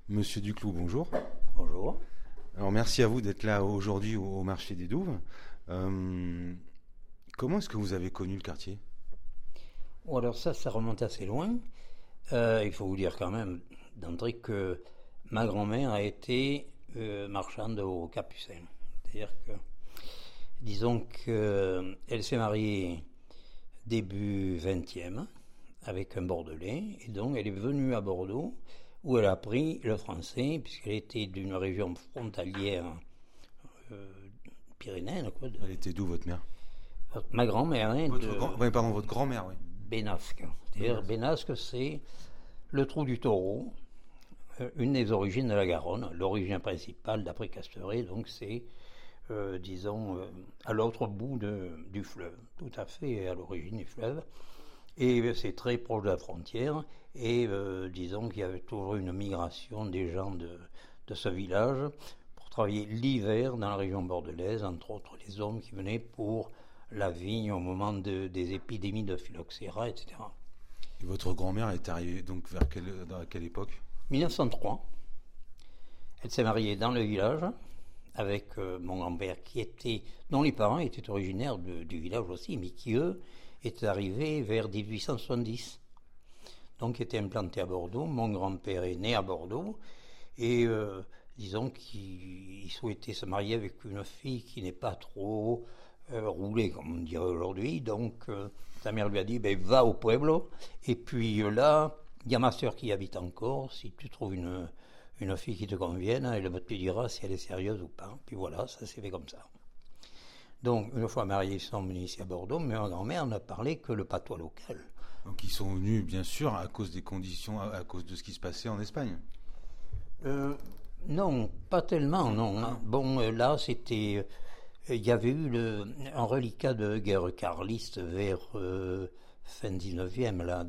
Monsieur Duclou, bonjour. Bonjour. Alors merci à vous d'être là aujourd'hui au marché des Douves. Comment est-ce que vous avez connu le quartier? Bon, alors ça remonte assez loin. Il faut vous dire quand même d'entrée que ma grand-mère a été marchande au Capucin. C'est-à-dire que, disons qu'elle s'est mariée début 20e avec un Bordelais, et donc elle est venue à Bordeaux où elle a appris le français, puisqu'elle était d'une région frontalière euh, pyrénéenne, quoi, Elle était d'où votre mère? ma grand-mère, hein, Votre de ouais, pardon, votre grand-mère, oui. Bénasque. C'est-à-dire Bénasque, c'est le trou du Taureau, une des origines de la Garonne. L'origine principale, d'après Casteret, donc c'est, disons, à l'autre bout du fleuve, tout à fait à l'origine du fleuve. Et c'est très proche de la frontière. Et disons qu'il y avait toujours une migration des gens de ce village pour travailler l'hiver dans la région bordelaise, entre autres les hommes qui venaient pour la vigne au moment des épidémies de phylloxéra, etc. Et votre grand-mère est arrivée donc dans quelle époque? 1903, elle s'est mariée dans le village avec mon grand-père dont les parents étaient originaires du village aussi, mais qui eux étaient arrivés vers 1870. Donc étaient implantés à Bordeaux. Mon grand-père est né à Bordeaux et disons qu'il souhaitait se marier avec une fille qui n'est pas trop roulée, comme on dirait aujourd'hui. Donc sa mère lui a dit va au pueblo et puis là il y a ma soeur qui y habite encore. Si tu trouves une fille qui te convienne, elle te dira si elle est sérieuse ou pas. Puis voilà, ça s'est fait comme ça. Donc, une fois mariés, ils sont venus ici à Bordeaux, mais ma grand-mère n'a parlé que le patois local. Donc ils sont venus, bien sûr, à cause des conditions, à cause de ce qui se passait en Espagne. Euh, non, pas tellement, non. Ah non. Bon, là, c'était. Il y avait eu un reliquat de guerre carliste vers fin 19e, là,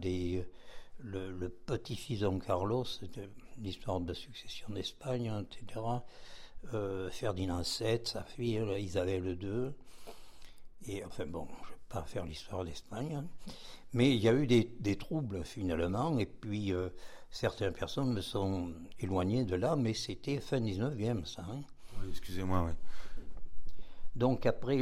le petit-fils de Don Carlos, c'était l'histoire de succession d'Espagne, etc. Ferdinand VII, sa fille, Isabelle II. Et enfin bon, je ne vais pas faire l'histoire d'Espagne, hein. Mais il y a eu des troubles finalement, et puis certaines personnes me sont éloignées de là, mais c'était fin 19e ça, hein. Oui, excusez-moi, oui. Donc après,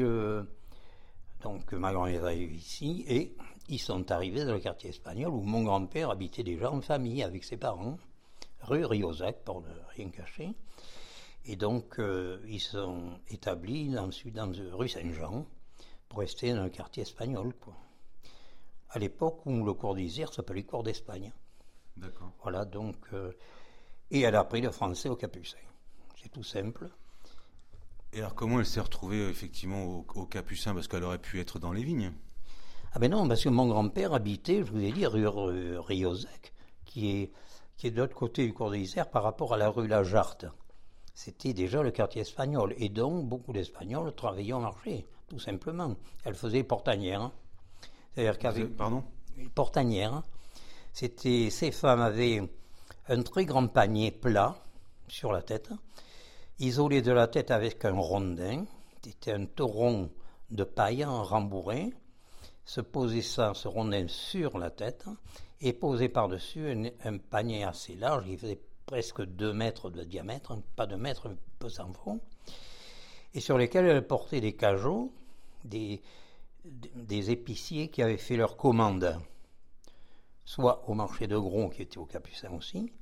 donc ma grand-mère est arrivée ici, et ils sont arrivés dans le quartier espagnol où mon grand-père habitait déjà en famille avec ses parents, rue Riozac, pour ne rien cacher. Et donc ils sont établis ensuite dans rue Saint-Jean, pour rester dans le quartier espagnol, quoi. À l'époque où le cours d'Isère s'appelait cours d'Espagne. D'accord. Voilà, donc. Et elle a appris le français au Capucin. C'est tout simple. Et alors comment elle s'est retrouvée effectivement au Capucin? Parce qu'elle aurait pu être dans les vignes. Ah ben non, parce que mon grand-père habitait, je vous ai dit, rue Riozac, qui est de l'autre côté du cours d'Isère par rapport à la rue La Jarte. C'était déjà le quartier espagnol. Et donc, beaucoup d'Espagnols travaillaient au marché, tout simplement. Elle faisait portanière, hein. C'est-à-dire qu'avec Pardon? portanière, hein. Ces femmes avaient un très grand panier plat sur la tête, isolé de la tête avec un rondin. C'était un tauron de paille rembourré. Se posait ça, ce rondin sur la tête, et posait par-dessus un panier assez large qui faisait presque 2 mètres de diamètre, pas 2 mètres, mais peu s'en faut, et sur lesquels elle portait des cajots, des épiciers qui avaient fait leur commande, soit au marché de Gros, qui était au Capucin aussi,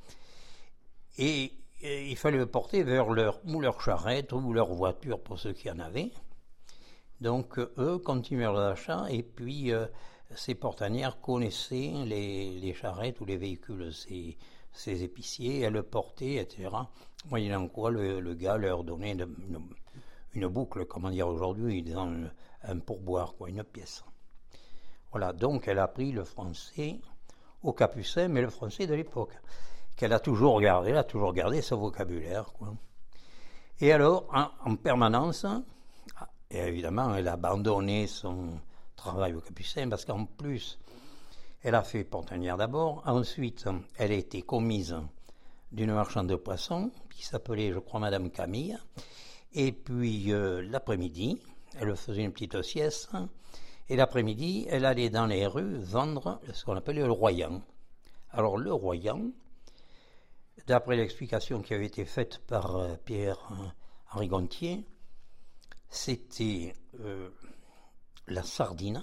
et il fallait le porter vers leur charrette ou leur voiture pour ceux qui en avaient. Donc eux continuèrent l'achat, et puis ces portanières connaissaient les charrettes ou les véhicules, ces épiciers, elles le portaient, etc. Moyennant quoi le gars leur donnait une boucle, comment dire aujourd'hui, disant un pourboire, quoi, une pièce. Voilà, donc elle a appris le français au Capucin, mais le français de l'époque, qu'elle a toujours gardé ce vocabulaire, quoi. Et alors, en permanence, et évidemment, elle a abandonné son travail au Capucin, parce qu'en plus, elle a fait portanière d'abord, ensuite, elle a été commise d'une marchande de poissons, qui s'appelait, je crois, Madame Camille, et puis l'après-midi, elle faisait une petite sieste, et l'après-midi, elle allait dans les rues vendre ce qu'on appelait le royant. Alors le royant, d'après l'explication qui avait été faite par Pierre-Henri Gontier, c'était la sardine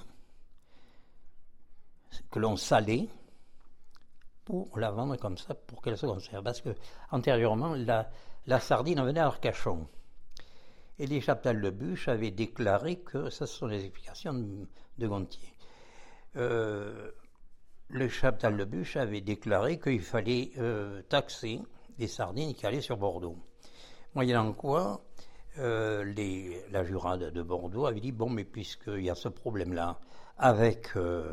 que l'on salait pour la vendre comme ça, pour qu'elle se conserve. Parce que antérieurement, la sardine venait à Arcachon. Et les Chaptal-de-Buch avaient déclaré que, ça ce sont les explications de Gontier, le Chaptal-de-Buch avait déclaré qu'il fallait taxer les sardines qui allaient sur Bordeaux. Moyennant quoi, la jurade de Bordeaux avait dit, bon, mais puisqu'il y a ce problème-là avec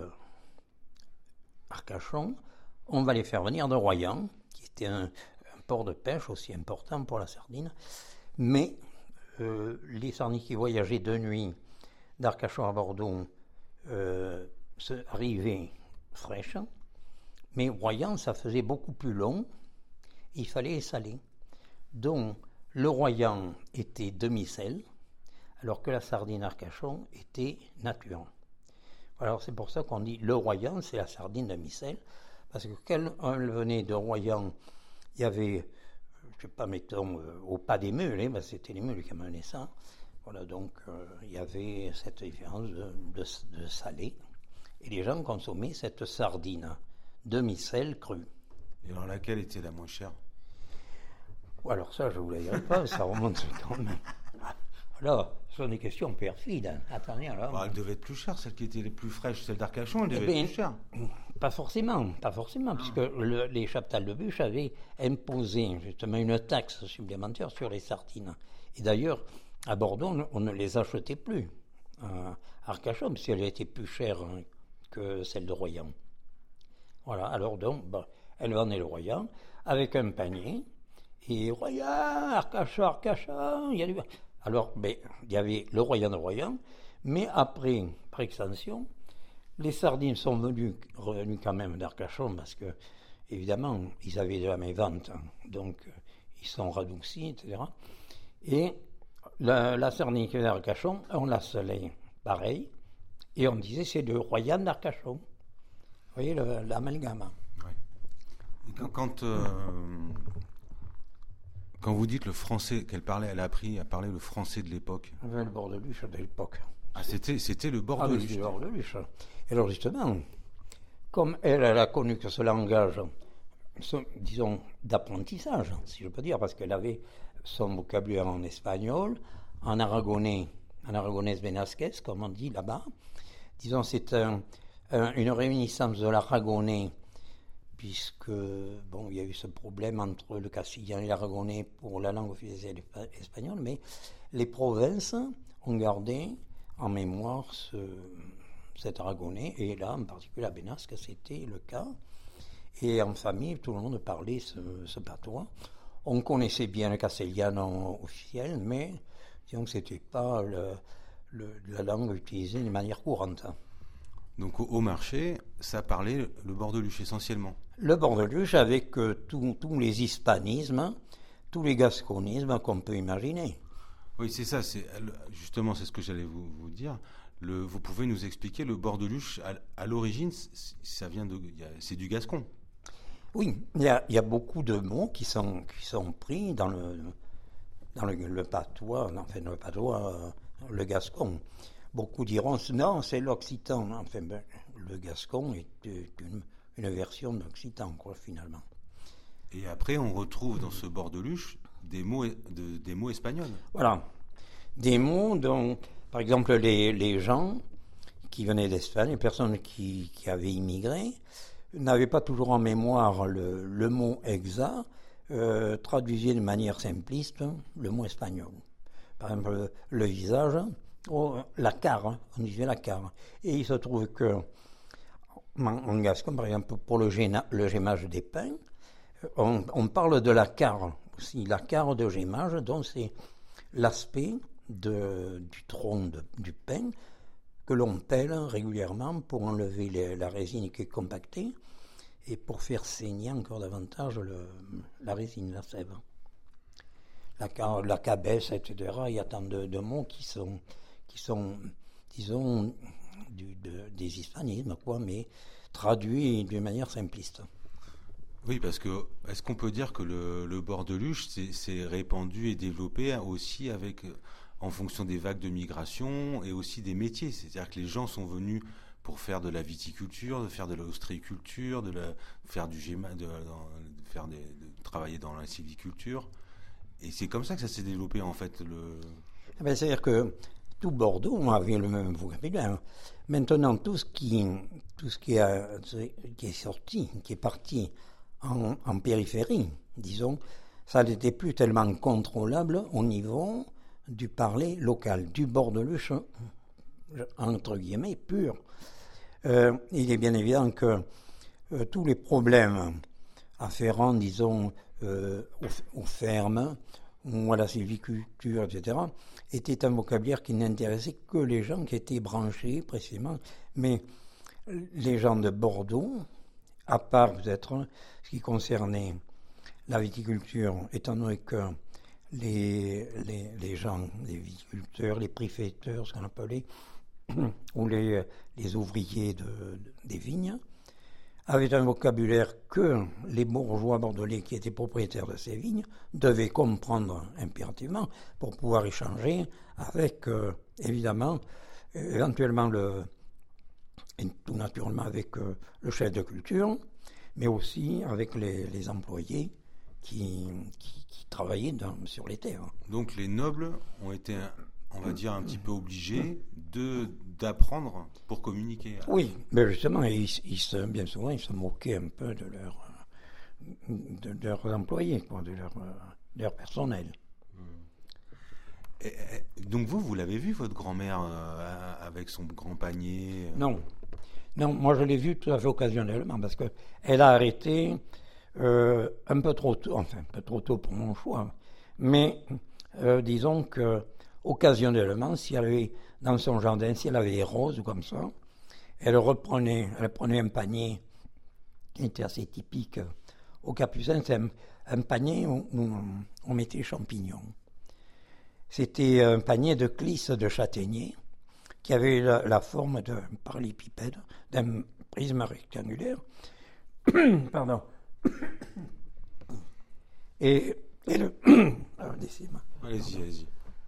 Arcachon, on va les faire venir de Royan, qui était un port de pêche aussi important pour la sardine, mais les sardines qui voyageaient de nuit d'Arcachon à Bordeaux arrivaient fraîches, mais Royan, ça faisait beaucoup plus long, il fallait les saler. Donc, le Royan était demi-sel, alors que la sardine Arcachon était nature. Alors c'est pour ça qu'on dit le Royan, c'est la sardine demi-sel, parce que quand elle venait de Royan, il y avait, je sais pas, mettons, au pas des mules, ben c'était les mules qui amenaient ça. Voilà, donc il y avait cette différence de salé. Et les gens consommaient cette sardine demi-sel crue. Et alors laquelle était la moins chère? Alors ça, je ne vous la dirai pas, ça remonte quand même. Alors, ce sont des questions perfides. Hein. Attendez, alors. Bah, elle devait être plus chère, celle qui était les plus fraîches, celle d'Arcachon, elle devait être plus chère. Pas forcément, puisque les Chaptal-de-Buch avaient imposé justement une taxe supplémentaire sur les sardines. Et d'ailleurs, à Bordeaux, on ne les achetait plus à Arcachon, parce qu'elle était plus chère que celle de Royan. Voilà, alors donc, elle vendait le Royan avec un panier, et Royan, Arcachon, il y a du... Alors, il y avait le Royan de Royan, mais après, par extension, les sardines sont revenues quand même d'Arcachon, parce que, évidemment, ils avaient de la mévente, donc ils sont radoucis, etc. Et la sardine qui est d'Arcachon, on la salait pareil, et on disait c'est le Royan d'Arcachon. Vous voyez l'amalgame. Ouais. Quand vous dites le français qu'elle parlait, elle a appris à parler le français de l'époque. Le bordeluche de l'époque. Ah, c'était le bordeluche. Ah, oui, le bordeluche. Et alors justement, comme elle a connu que ce langage, disons, d'apprentissage, si je peux dire, parce qu'elle avait son vocabulaire en espagnol, en aragonais benasquez, comme on dit là-bas. Disons, c'est une réminiscence de l'aragonais, puisque, bon, il y a eu ce problème entre le castillan et l'aragonais pour la langue officielle espagnole, mais les provinces ont gardé en mémoire cet aragonais, et là, en particulier à Benasque, c'était le cas. Et en famille, tout le monde parlait ce patois. On connaissait bien le castellano officiel, mais disons que ce n'était pas la langue utilisée de manière courante. Donc au marché, ça parlait le bordeluche essentiellement. Le bordeluche avec tous les hispanismes, tous les gasconismes qu'on peut imaginer. Oui, c'est ça. Justement, c'est ce que j'allais vous dire. Vous pouvez nous expliquer le bordeluche à l'origine, c'est du gascon. Oui, il y a beaucoup de mots qui sont pris dans le patois, enfin le patois, le gascon. Beaucoup diront non, c'est l'occitan. Enfin, le gascon est une version d'occitan, quoi, finalement. Et après, on retrouve dans ce bordeluche des mots espagnols. Voilà, des mots dont, par exemple, les gens qui venaient d'Espagne, les personnes qui avaient immigré, n'avaient pas toujours en mémoire le mot exact, traduisaient de manière simpliste le mot espagnol. Par exemple, le visage, la carre, on disait la carre. Et il se trouve que, en gascon, par exemple, pour le gémage des pains, on parle de la carre aussi, la carre de gémage, donc c'est l'aspect du tronc du pain que l'on pèle régulièrement pour enlever la résine qui est compactée et pour faire saigner encore davantage la résine, la sève. La cabesse, etc. Il y a tant de mots qui sont disons, des hispanismes, quoi, mais traduits d'une manière simpliste. Oui, parce que est-ce qu'on peut dire que le bordeluche s'est répandu et développé aussi en fonction des vagues de migration et aussi des métiers. C'est-à-dire que les gens sont venus pour faire de la viticulture, de faire de l'ostréiculture, faire du géma, travailler dans la sylviculture. Et c'est comme ça que ça s'est développé en fait. C'est-à-dire que tout Bordeaux avait le même vocabulaire. Maintenant, tout ce qui est sorti, qui est parti en périphérie, disons, ça n'était plus tellement contrôlable au niveau du parler local, du bordeluche, entre guillemets, pur. Il est bien évident que tous les problèmes afférents, disons, aux fermes ou à la sylviculture, etc., étaient un vocabulaire qui n'intéressait que les gens qui étaient branchés précisément. Mais les gens de Bordeaux, à part peut-être ce qui concernait la viticulture, étant donné que les gens, les viticulteurs, les préfecteurs, ce qu'on appelait, ou les ouvriers des vignes, avaient un vocabulaire que les bourgeois bordelais qui étaient propriétaires de ces vignes devaient comprendre impérativement pour pouvoir échanger avec, évidemment, éventuellement et tout naturellement avec le chef de culture, mais aussi avec les employés qui travaillaient sur les terres. Donc les nobles ont été, on va dire, un petit peu obligés d'apprendre pour communiquer. Oui, mais justement, bien souvent, ils se moquaient un peu de leurs employés, quoi, de leur personnel. Donc vous l'avez vu, votre grand-mère, avec son grand panier Non, moi je l'ai vue tout à fait occasionnellement, parce qu'elle a arrêté un peu trop tôt, enfin, un peu trop tôt pour mon choix, mais disons que occasionnellement, dans son jardin, si elle avait des roses ou comme ça, elle prenait un panier qui était assez typique au Capucin, c'est un panier où on mettait champignons. C'était un panier de clisses de châtaignier qui avait la forme d'un parallépipède, d'un prisme rectangulaire. Pardon. Et alors, décidément. Allez-y.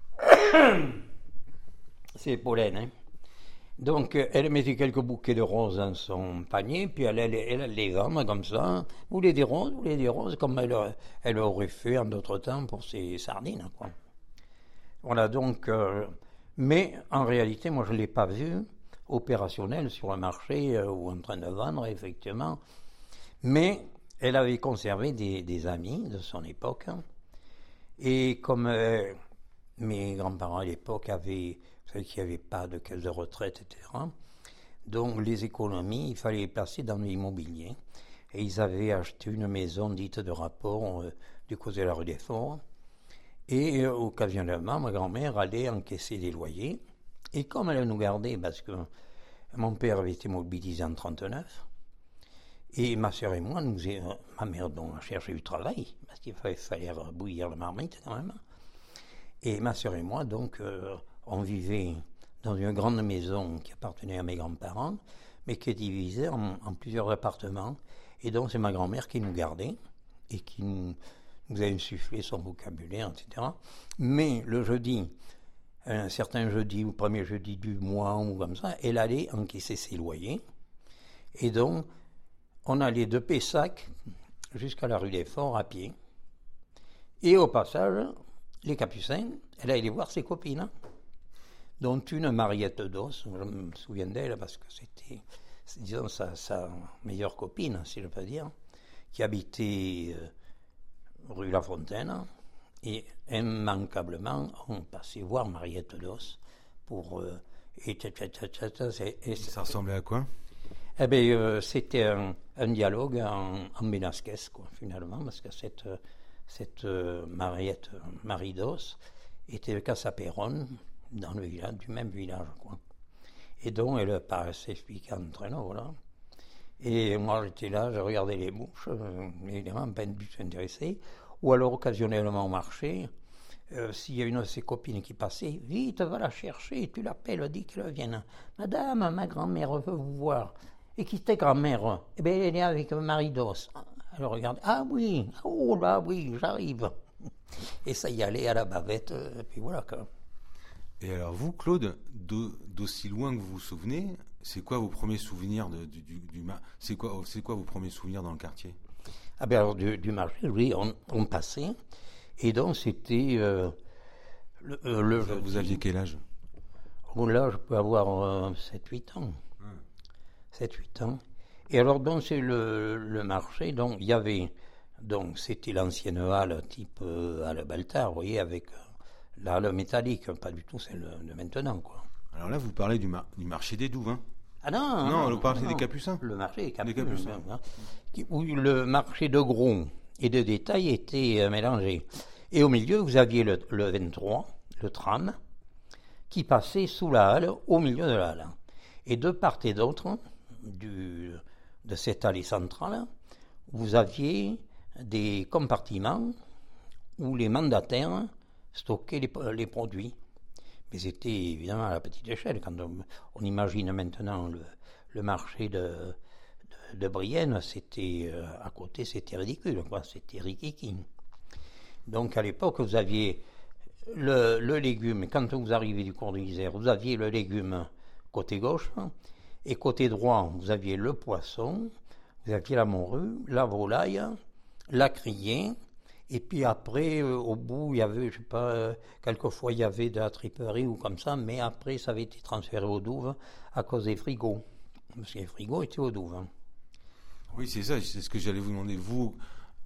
C'est pollen, hein. Donc, elle mettait quelques bouquets de roses dans son panier, puis elle les vendre comme ça. Vous voulez des roses, comme elle aurait fait en d'autres temps pour ses sardines, quoi. Voilà, donc, mais en réalité, moi, je ne l'ai pas vue opérationnelle sur le marché ou en train de vendre, effectivement. Mais elle avait conservé des amis de son époque. Et comme mes grands-parents à l'époque avaient, vous savez qu'il n'y avait pas de caisse de retraite, etc. Donc les économies, il fallait les placer dans l'immobilier. Et ils avaient acheté une maison dite de rapport du côté de la rue des Forts. Et occasionnellement, ma grand-mère allait encaisser des loyers. Et comme elle nous gardait, parce que mon père avait été mobilisé en 1939, et ma soeur et moi, ma mère donc a cherché du travail, parce qu'il fallait bouillir la marmite quand même. Et ma soeur et moi, donc, on vivait dans une grande maison qui appartenait à mes grands-parents, mais qui est divisée en plusieurs appartements. Et donc, c'est ma grand-mère qui nous gardait et qui nous a insufflé son vocabulaire, etc. Mais le jeudi, un certain jeudi, ou premier jeudi du mois, ou comme ça, elle allait encaisser ses loyers. Et donc, on allait de Pessac jusqu'à la rue des Forts à pied. Et au passage, les Capucins, elle allait voir ses copines, dont une Mariette d'Os, je me souviens d'elle parce que c'était, disons, sa meilleure copine, si je peux dire, qui habitait rue La Fontaine, et immanquablement, on passait voir Mariette d'Os pour... Ça ressemblait à quoi? Eh bien, c'était un dialogue en bénasquès, quoi, finalement, parce que cette Mariette Marie-Dos était Cassapéronne, dans le village, du même village, quoi. Et donc, elle paraissait expliquer en traîneau, voilà. Et moi, j'étais là, je regardais les mouches, évidemment, pas du tout intéressé. Ou alors, occasionnellement au marché, s'il y a une de ses copines qui passait, vite, va la chercher, tu l'appelles, dis qu'elle vienne. Madame, ma grand-mère veut vous voir. Et qui était grand-mère? Eh bien, elle est avec Marie-Dos. Alors regarde, ah oui, oh là oui, j'arrive. Et ça y allait à la bavette, et puis voilà quoi. Et alors vous, Claude, d'aussi loin que vous vous souvenez, c'est quoi vos premiers souvenirs c'est quoi vos premiers souvenirs dans le quartier? Ah ben alors du marché, oui, on passait, et donc c'était le Vous jeudi. aviez quel âge? Bon là, je peux avoir 7-8 ans. 7-8 ans. Et alors donc c'est le marché, donc il y avait, donc c'était l'ancienne halle type halle Baltard, vous voyez, avec la halle métallique, pas du tout celle de maintenant, quoi. Alors là, vous parlez du marché des Douves, hein? Ah non, Non, vous parlez non, des Capucins. le marché des Des Capucins, Capucins. hein, où le marché de gros et de détail était mélangé. Et au milieu, vous aviez le 23, le tram, qui passait sous la halle, au milieu de la halle. Et de part et d'autre de cette allée centrale, vous aviez des compartiments où les mandataires stockaient les produits. Mais c'était évidemment à la petite échelle. Quand on imagine maintenant le marché de Brienne, c'était à côté, c'était ridicule, quoi. C'était rikiki. Donc à l'époque, vous aviez le légume. Quand vous arrivez du cours de l'Isère, vous aviez le légume côté gauche, et côté droit, vous aviez le poisson, vous aviez la morue, la volaille, la criée. Et puis après, au bout, il y avait, je sais pas, quelquefois il y avait de la triperie ou comme ça, mais après ça avait été transféré aux douves à cause des frigos. Parce que les frigos étaient aux douves. Hein. Oui, c'est ça, c'est ce que j'allais vous demander. Vous,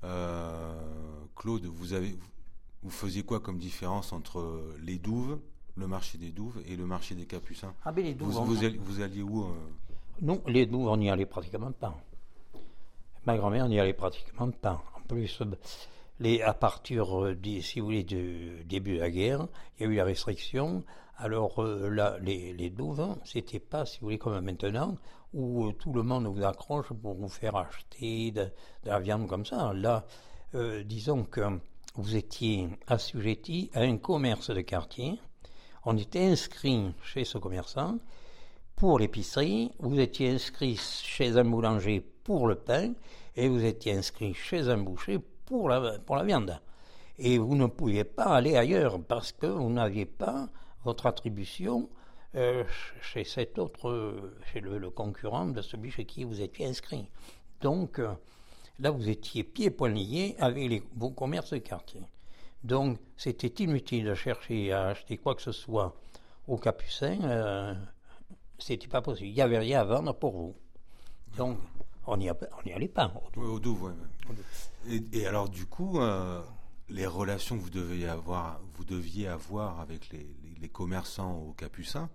Claude, vous faisiez quoi comme différence entre les douves, le marché des douves et le marché des Capucins? Ah ben les douves, vous alliez où Non, les douves, on n'y allait pratiquement pas. Ma grand-mère n'y allait pratiquement pas. En plus, à partir, si vous voulez, du début de la guerre, il y a eu la restriction. Alors là, les douves, c'était pas, si vous voulez, comme maintenant, où tout le monde vous accroche pour vous faire acheter de la viande comme ça. Là, disons que vous étiez assujetti à un commerce de quartier. On était inscrit chez ce commerçant pour l'épicerie, vous étiez inscrit chez un boulanger pour le pain, et vous étiez inscrit chez un boucher pour la viande. Et vous ne pouviez pas aller ailleurs parce que vous n'aviez pas votre attribution chez cet autre, chez le concurrent de celui chez qui vous étiez inscrit. Donc là, vous étiez pieds et poings liés avec vos commerces de quartier. Donc c'était inutile de chercher à acheter quoi que ce soit aux Capucins. C'était pas possible. Il n'y avait rien à vendre pour vous. Donc on n'y allait pas. Aux douves, ouais. Et alors du coup, les relations que vous deviez avoir avec les commerçants aux Capucins,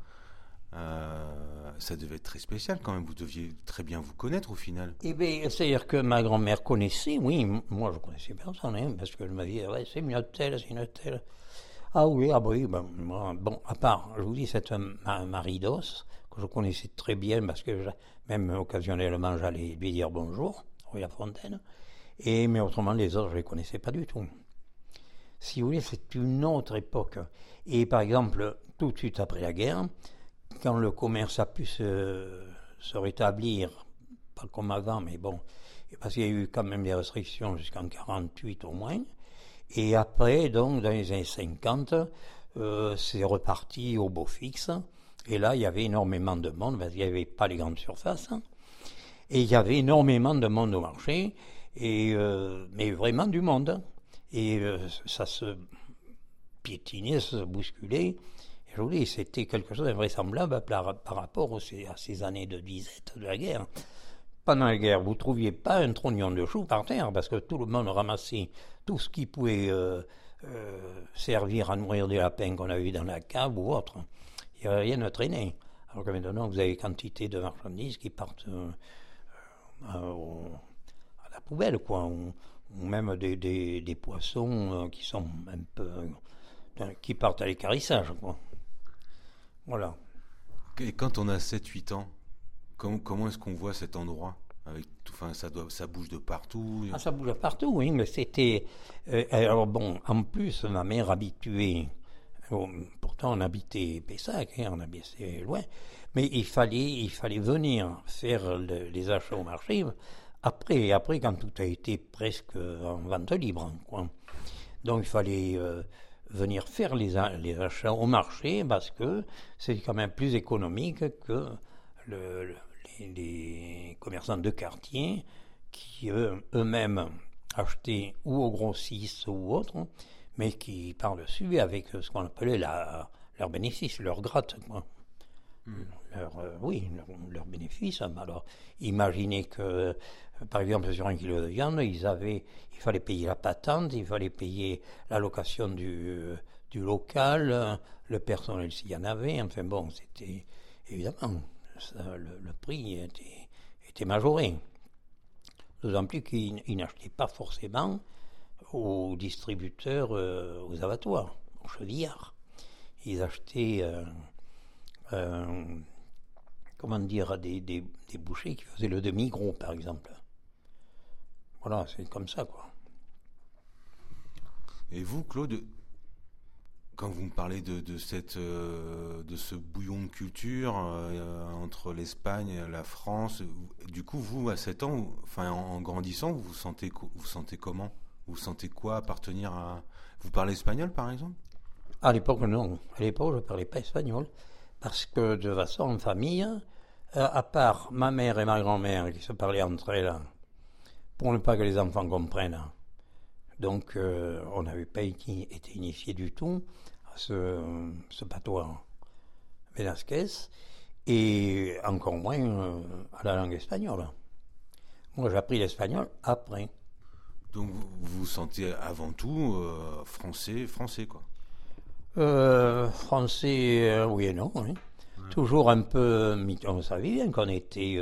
ça devait être très spécial quand même. Vous deviez très bien vous connaître au final. Eh bien, c'est-à-dire que ma grand-mère connaissait, oui, moi je connaissais personne, hein, parce que je me disais, ouais, c'est une telle, c'est une telle. Ah oui, ben, bon, à part, je vous dis, cette Marie d'Os, que je connaissais très bien, parce que même occasionnellement, j'allais lui dire bonjour, rue La Fontaine, mais autrement, les autres, je ne les connaissais pas du tout. Si vous voulez, c'est une autre époque. Et par exemple, tout de suite après la guerre, quand le commerce a pu se rétablir, pas comme avant, mais bon, parce qu'il y a eu quand même des restrictions jusqu'en 1948 au moins, et après, donc, dans les années 50, c'est reparti au beau fixe, et là, il y avait énormément de monde, parce qu'il n'y avait pas les grandes surfaces, et il y avait énormément de monde au marché, mais vraiment du monde, et ça se piétinait, ça se bousculait. Je vous dis, c'était quelque chose d'invraisemblable par rapport à ces années de disette de la guerre. Pendant la guerre, vous ne trouviez pas un trognon de chou par terre, parce que tout le monde ramassait tout ce qui pouvait servir à nourrir des lapins qu'on avait dans la cave ou autre. Il n'y avait rien de traîner. Alors que maintenant, vous avez quantité de marchandises qui partent à la poubelle, quoi. Ou même des poissons qui sont un peu... qui partent à l'équarrissage, quoi. Voilà. Et quand on a 7-8 ans, comment est-ce qu'on voit cet endroit avec ça bouge de partout. Ah, ça bouge de partout, oui, mais c'était... alors bon, en plus, ma mère habituée, pourtant on habitait Pessac, on habitait loin, mais il fallait venir faire les achats au marché après, quand tout a été presque en vente libre, quoi. Donc il fallait venir faire les achats au marché parce que c'est quand même plus économique que les commerçants de quartier qui eux-mêmes achetaient ou au grossiste ou autre, mais qui par-dessus avec ce qu'on appelait leur bénéfice, leur gratte, quoi. Leur bénéfice. Alors, imaginez que, par exemple, sur 1 kilo de viande, il fallait payer la patente, il fallait payer la location du local, le personnel s'il y en avait. Enfin bon, c'était évidemment, le prix était majoré. D'autant plus qu'ils n'achetaient pas forcément aux distributeurs, aux abattoirs, aux chevillards. Ils achetaient comment dire, des bouchers qui faisaient le demi-gros, par exemple. Voilà, c'est comme ça, quoi. Et vous, Claude, quand vous me parlez de ce bouillon de culture entre l'Espagne et la France, du coup, vous, à 7 ans, en grandissant, vous vous sentez comment? Vous sentez quoi, appartenir à... Vous parlez espagnol, par exemple? À l'époque, non. À l'époque, je ne parlais pas espagnol. Parce que, de toute façon, en famille, à part ma mère et ma grand-mère qui se parlaient entre elles, pour ne pas que les enfants comprennent. Donc, on n'avait pas été initié du tout à ce patois velasquez, et encore moins à la langue espagnole. Moi, j'ai appris l'espagnol après. Donc, vous vous sentez avant tout français, quoi. Français, oui et non, oui. Ouais. Toujours un peu, on savait bien qu'on était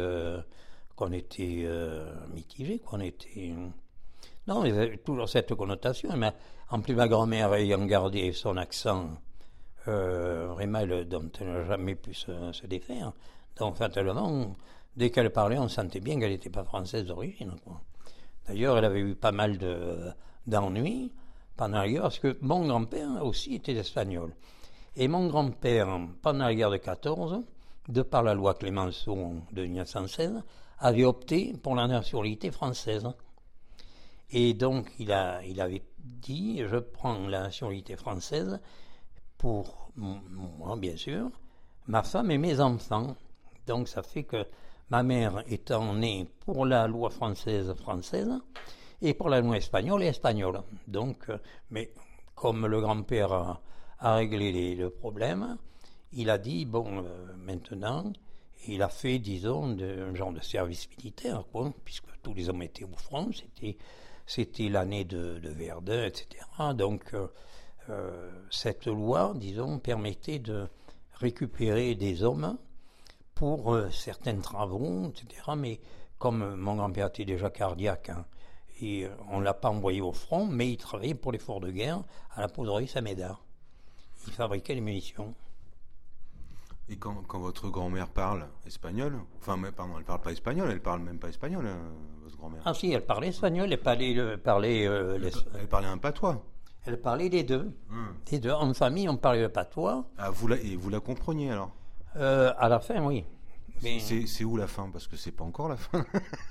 mitigé, qu'on était... Non, mais toujours cette connotation. Mais en plus, ma grand-mère ayant gardé son accent vraiment dont elle n'a jamais pu se défaire. Donc, fatalement, dès qu'elle parlait, on sentait bien qu'elle n'était pas française d'origine, quoi. D'ailleurs, elle avait eu pas mal d'ennuis pendant la guerre, parce que mon grand-père aussi était espagnol. Et mon grand-père, pendant la guerre de 14, de par la loi Clémenceau de 1916, avait opté pour la nationalité française. Et donc, il avait dit, je prends la nationalité française pour moi, bien sûr, ma femme et mes enfants. Donc, ça fait que ma mère étant née pour la loi française, et pour la loi espagnole. Donc, mais comme le grand-père a réglé le problème, il a dit, bon, maintenant, il a fait, disons, un genre de service militaire, quoi, puisque tous les hommes étaient au front, c'était l'année de Verdun, etc. Donc, cette loi, disons, permettait de récupérer des hommes pour certains travaux, etc. Mais comme mon grand-père était déjà cardiaque, et on ne l'a pas envoyé au front, mais il travaillait pour l'effort de guerre à la poudrerie Saint-Médard. Il fabriquait les munitions. Et quand votre grand-mère parle espagnol, pardon, elle parle pas espagnol, elle parle même pas espagnol, votre grand-mère. Ah si, elle parlait espagnol, elle parlait un patois. Elle parlait les deux. Les deux. En famille, on parlait le patois. Ah, et vous la compreniez alors? À la fin, oui. Mais... C'est où la fin? Parce que c'est pas encore la fin.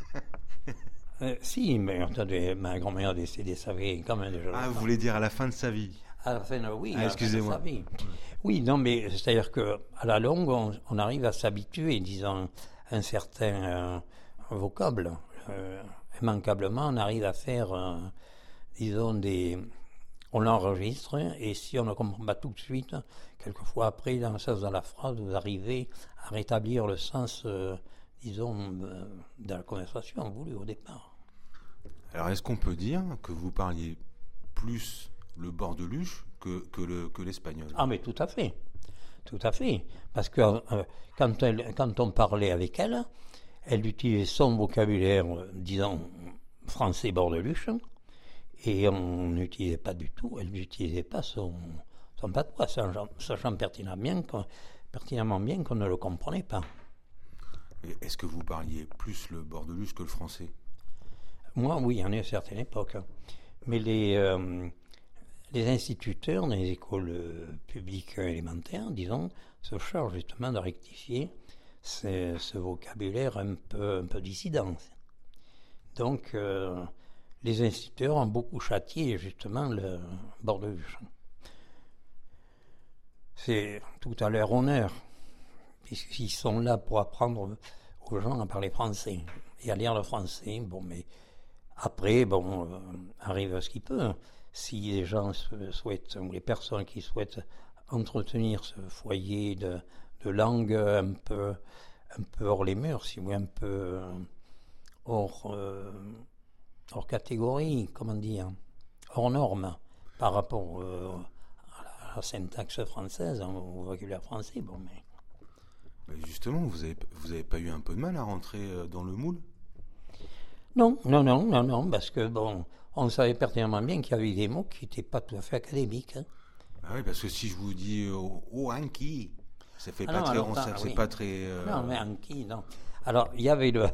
Si, mais attendez, ma grand-mère décédée, ça fait quand même déjà. Ah, vous voulez dire à la fin de sa vie? À la fin, oui. Excusez-moi. À la fin de sa vie. Oui, non, mais c'est-à-dire qu'à la longue, on arrive à s'habituer, disons, à un certain vocable. Immanquablement, on arrive à faire, disons, on l'enregistre, et si on ne comprend pas tout de suite, quelquefois après, dans le sens de la phrase, vous arrivez à rétablir le sens, disons, de la conversation voulue au départ. Alors, est-ce qu'on peut dire que vous parliez plus le bordeluche que l'espagnol? Ah, mais tout à fait. Tout à fait. Parce que quand on parlait avec elle, elle utilisait son vocabulaire, disons, français bordeluche, et on n'utilisait pas du tout, elle n'utilisait pas son patois, sachant pertinemment bien qu'on ne le comprenait pas. Et est-ce que vous parliez plus le bordeluche que le français? Moi, oui, à une certaine époque. Mais les instituteurs dans les écoles publiques élémentaires, disons, se chargent justement de rectifier ce vocabulaire un peu dissident. Donc, les instituteurs ont beaucoup châtié justement le bord de Luche. C'est tout à leur honneur, puisqu'ils sont là pour apprendre aux gens à parler français et à lire le français. Bon, mais après, arrive ce qui peut. Si les gens souhaitent, ou les personnes qui souhaitent entretenir ce foyer de langue un peu hors les murs, si vous voulez, un peu hors catégorie, comment dire, hors norme, par rapport à la syntaxe française, au vocabulaire français, bon, mais... Justement, vous avez pas eu un peu de mal à rentrer dans le moule? Non, parce que, on savait pertinemment bien qu'il y avait des mots qui n'étaient pas tout à fait académiques. Hein. Ah oui, parce que si je vous dis Anki, ça fait pas très. Non, mais Anki, non. Alors, il y avait le.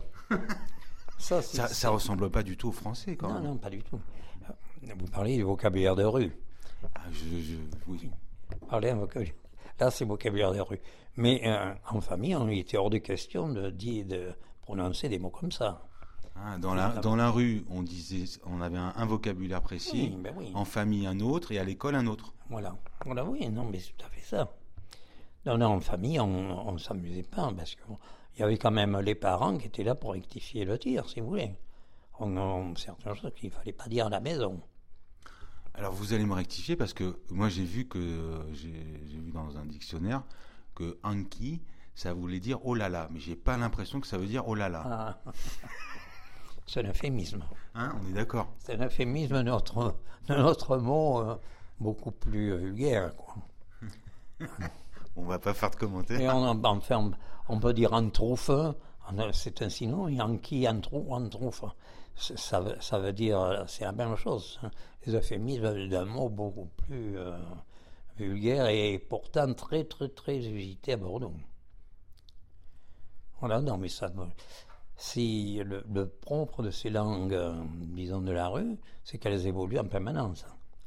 ça ressemble pas du tout au français, quand même. Non, pas du tout. Vous parlez du vocabulaire de rue. Ah, oui. Parlez un vocabulaire. Là, c'est vocabulaire de rue. Mais en famille, on était hors de question de prononcer des mots comme ça. Ah, dans la rue, on avait un vocabulaire précis, oui. En famille un autre et à l'école un autre. Voilà, oui, non, mais c'est tout à fait ça. Non, en famille, on ne s'amusait pas parce qu'il y avait quand même les parents qui étaient là pour rectifier le tir, si vous voulez. On a certaines choses qu'il ne fallait pas dire à la maison. Alors vous allez me rectifier parce que moi j'ai vu dans un dictionnaire que Anki, ça voulait dire oh là là, mais j'ai pas l'impression que ça veut dire oh là là. Ah. C'est un euphémisme. Hein, on est d'accord. C'est un euphémisme de notre mot beaucoup plus vulgaire, quoi. On va pas faire de commentaires. Et on peut dire entrouffe, c'est un synonyme, Anki, entrouffe. Ça veut dire, c'est la même chose. Hein. Les euphémismes d'un mot beaucoup plus vulgaire et pourtant très, très, très usité à Bordeaux. Voilà, non, mais ça... Si le propre de ces langues, disons de la rue, c'est qu'elles évoluent en permanence.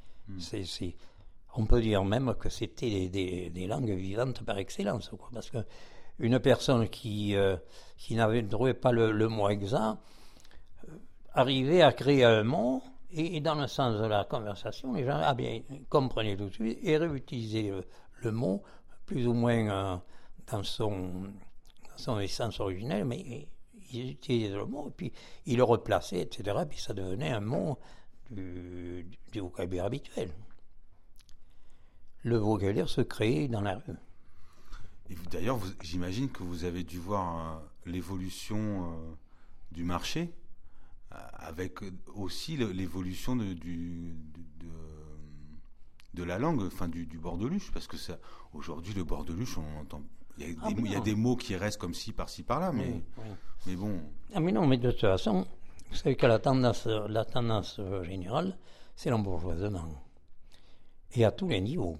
On peut dire même que c'était des langues vivantes par excellence, quoi, parce que une personne qui ne trouvait pas le mot exact arrivait à créer un mot et dans le sens de la conversation, les gens comprenaient tout de suite et réutilisaient le mot plus ou moins dans son essence originelle, mais ils utilisaient le mot, et puis ils le replaçaient, etc. Puis ça devenait un mot du vocabulaire habituel. Le vocabulaire se créait dans la rue. Et d'ailleurs, j'imagine que vous avez dû voir l'évolution du marché, avec aussi l'évolution de la langue, enfin du bordeluche, parce que aujourd'hui, le bordeluche, on entend... Il y a des mots qui restent comme ci, par-ci, par-là, mais bon... Ah mais non, mais de toute façon, vous savez que la tendance générale, c'est l'embourgeoisement. Et à tous les niveaux.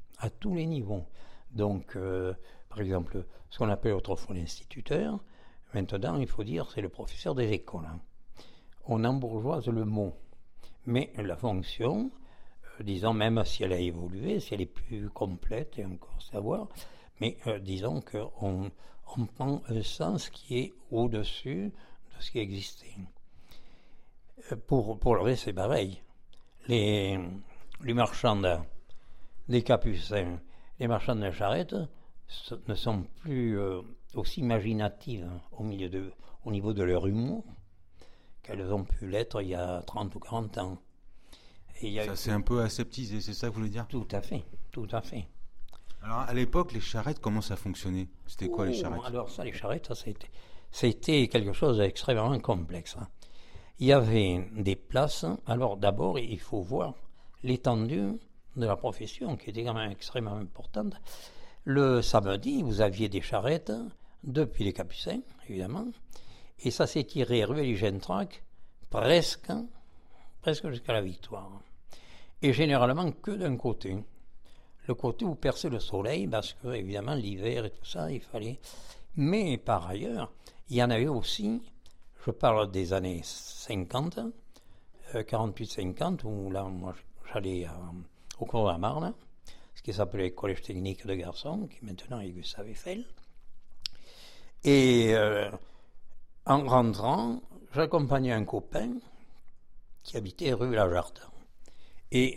Donc, par exemple, ce qu'on appelait autrefois l'instituteur, maintenant, il faut dire, c'est le professeur des écoles. Hein. On embourgeoise le mot. Mais la fonction, disons, même si elle a évolué, si elle est plus complète, et encore savoir... Mais disons qu'on prend un sens qui est au-dessus de ce qui existait. Pour le reste, c'est pareil. Les marchands des capucins, les marchands de charrettes ne sont plus aussi imaginatives au niveau de leur humour qu'elles ont pu l'être il y a 30 ou 40 ans. Ça s'est un peu aseptisé, c'est ça que vous voulez dire ? Tout à fait. Alors, à l'époque, les charrettes, comment ça fonctionnait ? C'était quoi, les charrettes ? Alors ça, les charrettes, c'était quelque chose d'extrêmement complexe. Hein. Il y avait des places. Alors, d'abord, il faut voir l'étendue de la profession, qui était quand même extrêmement importante. Le samedi, vous aviez des charrettes, depuis les Capucins, évidemment, et ça s'est tiré rue Eligène-Trac, presque jusqu'à la Victoire. Et généralement que d'un côté. Le côté où perçait le soleil, parce que, évidemment, l'hiver et tout ça, il fallait... Mais, par ailleurs, il y en avait aussi, je parle des années 50, 48-50, où là, moi, j'allais au cours de la Marne, ce qui s'appelait Collège technique de garçons, qui maintenant est Gustave Eiffel. Et en rentrant, j'accompagnais un copain qui habitait rue Lajardin. Et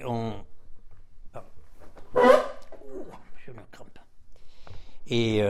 je me crampe. Et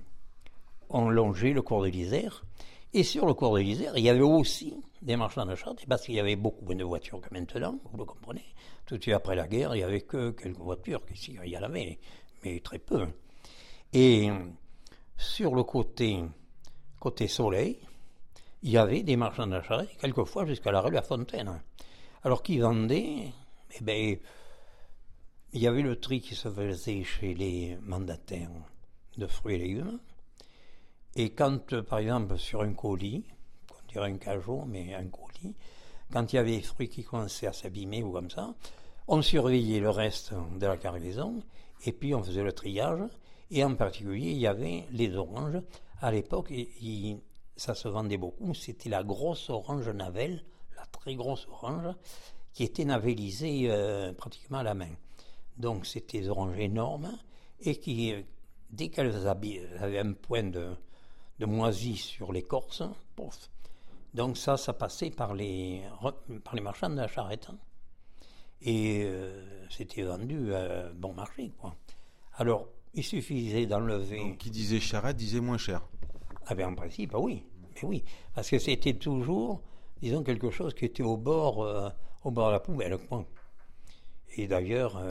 on longeait le cours de l'Isère. Et sur le cours de l'Isère, il y avait aussi des marchands de charrettes, parce qu'il y avait beaucoup moins de voitures que maintenant, vous le comprenez. Tout de suite après la guerre, il n'y avait que quelques voitures, il y en avait, mais très peu. Et sur le côté soleil, il y avait des marchands de charrettes, quelquefois jusqu'à la rue La Fontaine. Alors qu'ils vendaient, eh bien, il y avait le tri qui se faisait chez les mandataires de fruits et légumes. Et quand, par exemple, sur un colis, on dirait un cajot, mais un colis, quand il y avait des fruits qui commençaient à s'abîmer ou comme ça, on surveillait le reste de la cargaison, et puis on faisait le triage, et en particulier, il y avait les oranges. À l'époque, ça se vendait beaucoup, c'était la grosse orange Navel, la très grosse orange, qui était navelisée pratiquement à la main. Donc c'était des oranges énormes, et qui, dès qu'elles avaient un point de moisi sur l'écorce, pouf. Donc ça passait par les marchands de la charrette. Et c'était vendu bon marché, quoi. Alors, il suffisait d'enlever... Donc, qui disait charrette disait moins cher. Ah ben en principe, oui. Mais oui, parce que c'était toujours, disons, quelque chose qui était au bord de la poubelle, quoi. Et d'ailleurs,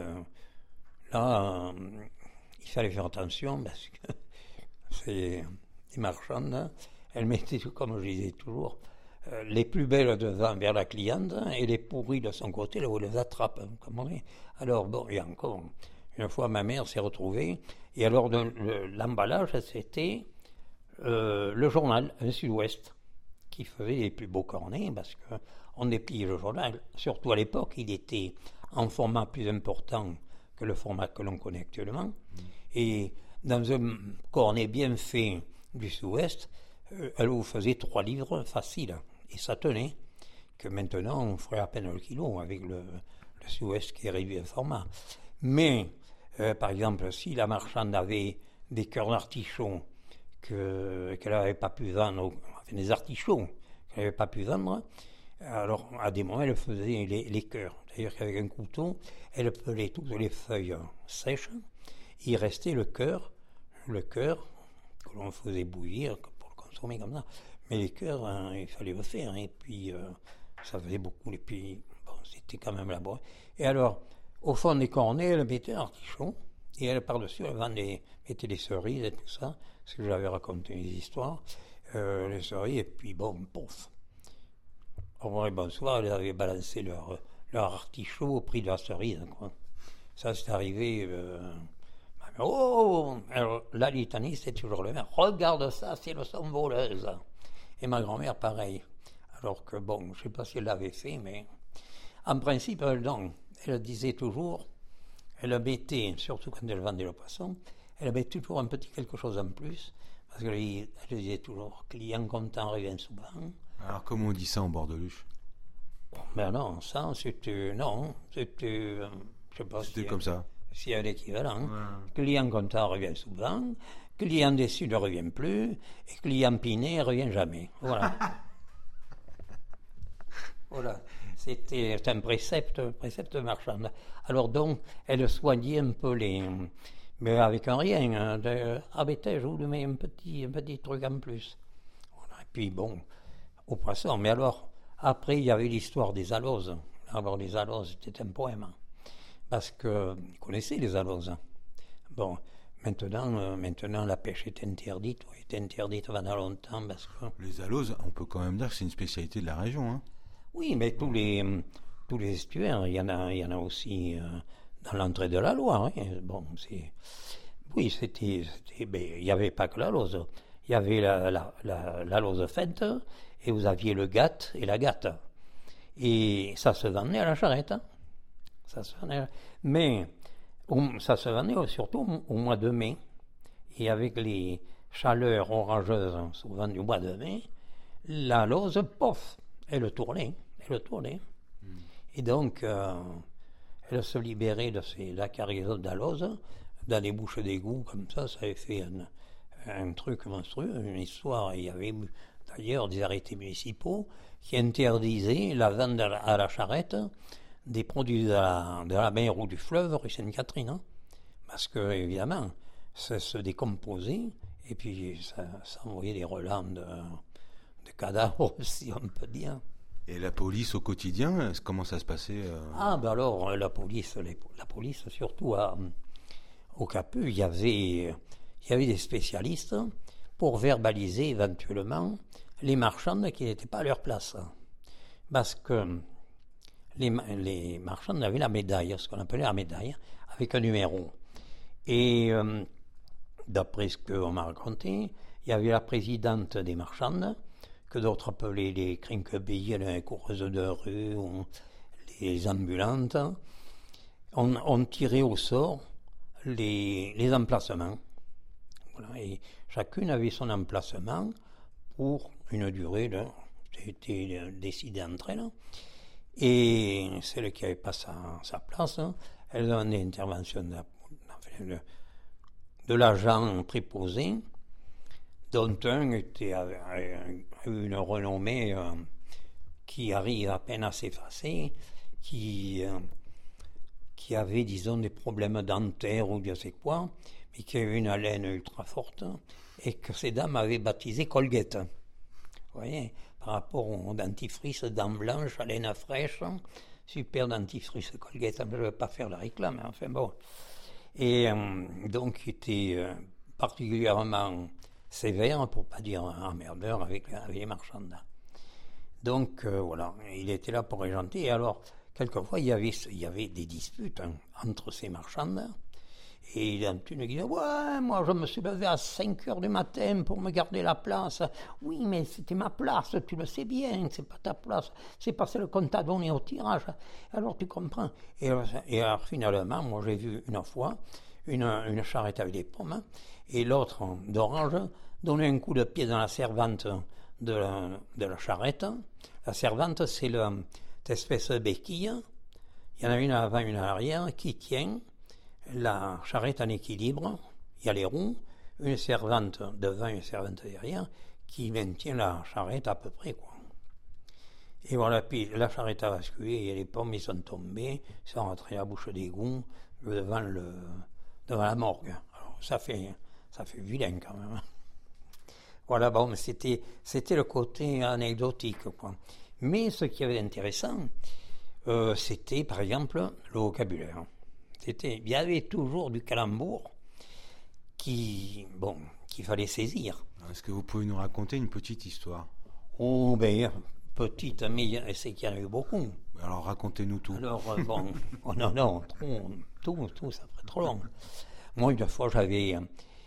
là, il fallait faire attention, parce que c'est... Les marchandes, elles mettaient, comme je disais toujours, les plus belles devant vers la cliente et les pourries de son côté, là où elle les attrape. Comme on est. Alors, bon, il y a encore, une fois, ma mère s'est retrouvée, et alors l'emballage, c'était le journal, un Sud-Ouest, qui faisait les plus beaux cornets, parce qu'on dépliait le journal. Surtout à l'époque, il était en format plus important que le format que l'on connaît actuellement. Et dans un cornet bien fait du Sud-Ouest, elle vous faisait 3 livres faciles, et ça tenait, que maintenant on ferait à peine le kilo avec le Sud-Ouest qui est réduit en format. Mais, par exemple, si la marchande avait des cœurs d'artichaut qu'elle n'avait pas pu vendre, enfin des artichauts qu'elle n'avait pas pu vendre, alors à des moments elle faisait les cœurs. C'est-à-dire qu'avec un couteau, elle pelait toutes les feuilles sèches, il restait le cœur que l'on faisait bouillir pour le consommer comme ça. Mais les cœurs, hein, il fallait le faire, et puis ça faisait beaucoup, et puis bon, c'était quand même laborieux. Et alors, au fond des cornets, elle mettait un artichaut, et elle, par-dessus, elle mettait des cerises et tout ça, parce que j'avais raconté des histoires, les cerises, et puis bon, pouf. Au revoir et bonsoir, elles avaient balancé leur artichaut au prix de la cerise, quoi. Ça, c'est arrivé... Oh, alors la litanie, c'est toujours le même. Regarde ça, c'est le son voleuse. Et ma grand-mère, pareil. Alors que bon, je ne sais pas si elle l'avait fait, mais en principe, elle disait toujours, elle mettait, surtout quand elle vendait le poisson, elle mettait toujours un petit quelque chose en plus, parce qu'elle disait toujours, client content revient souvent. Alors comment on dit ça en Bordeluche? Ben non, ça, c'était, je sais pas si... C'était comme ça. C'est un équivalent. Ouais. Client content revient souvent, client déçu ne revient plus, et client piné revient jamais. Voilà. Voilà. C'était un précepte marchand. Alors donc, elle soignait un peu mais avec un rien. Je vous mets un petit truc en plus. Voilà. Et puis bon, au poisson. Mais alors, après, il y avait l'histoire des aloses. Alors les aloses, c'était un poème. Parce que vous connaissez les aloses. Bon, maintenant la pêche est interdite pendant longtemps parce que... Les aloses, on peut quand même dire que c'est une spécialité de la région, hein. Oui, mais tous les estuaires, il y en a aussi dans l'entrée de la Loire. Hein. Bon, il n'y avait pas que l'alose. Il y avait l'alose feinte, et vous aviez le gatte et la gatte. Et ça se vendait à la charrette, hein. Mais ça se vendait surtout au mois de mai. Et avec les chaleurs orageuses, souvent du mois de mai, la lose, pof, elle tournait. Et donc, elle se libérait de la cargaison de la lose dans les bouches d'égout, comme ça avait fait un truc monstrueux, une histoire. Il y avait d'ailleurs des arrêtés municipaux qui interdisaient la vente à la charrette des produits de la mer ou du fleuve rue Sainte-Catherine. Hein, parce que, évidemment, ça se décomposait et puis ça envoyait des relents de cadavres, si on peut dire. Et la police au quotidien, comment ça se passait Ah, ben alors, la police surtout au Capu, il y avait des spécialistes pour verbaliser éventuellement les marchandes qui n'étaient pas à leur place. Parce que les marchandes avaient la médaille, ce qu'on appelait la médaille, avec un numéro. Et d'après ce qu'on m'a raconté, il y avait la présidente des marchandes, que d'autres appelaient les crinquebilles, les coureuses de rue, ou les ambulantes. On tirait au sort les emplacements. Voilà, et chacune avait son emplacement pour une durée, c'était décidé entre elles. Et celle qui n'avait pas sa place, elle donnait intervention de l'agent préposé, dont un avait une renommée qui arrive à peine à s'effacer, qui avait, disons, des problèmes dentaires ou je sais quoi, mais qui avait une haleine ultra forte, et que ces dames avaient baptisé Colgate. Vous voyez, par rapport au dentifrice dents blanches, haleine fraîche, super dentifrice Colgate, je ne vais pas faire la réclame, mais enfin bon. Et donc, il était particulièrement sévère, pour ne pas dire emmerdeur, avec les marchands. Donc, voilà, il était là pour régenter. Et alors, quelquefois, il y avait des disputes entre ces marchands. Et il y en a une qui disait « Ouais, moi, je me suis levé à 5 heures du matin pour me garder la place. Oui, mais c'était ma place, tu le sais bien, c'est pas ta place. C'est pas celle qu'on t'a donnée au tirage. Alors, tu comprends. » Et alors, finalement, moi, j'ai vu une fois une charrette avec des pommes, et l'autre d'orange donnait un coup de pied dans la servante de la charrette. La servante, c'est cette espèce de béquille. Il y en a une à l'avant, une à l'arrière, qui tient la charrette en équilibre. Il y a les roues, une servante devant, une servante derrière, qui maintient la charrette à peu près, quoi. Et voilà, puis la charrette a basculé, et les pommes, ils sont tombés, ils sont rentrés à la bouche d'égout devant la morgue. Alors, ça fait vilain quand même. Voilà, bon, mais c'était le côté anecdotique, quoi. Mais ce qui avait d'intéressant, c'était par exemple le vocabulaire. Il y avait toujours du calembour qu'il fallait saisir. Est-ce que vous pouvez nous raconter une petite histoire? Oh, ben, petite, mais c'est qu'il y en a eu beaucoup. Alors racontez-nous tout. Alors, bon, oh, non, tout, ça ferait trop long. Moi, une fois, j'avais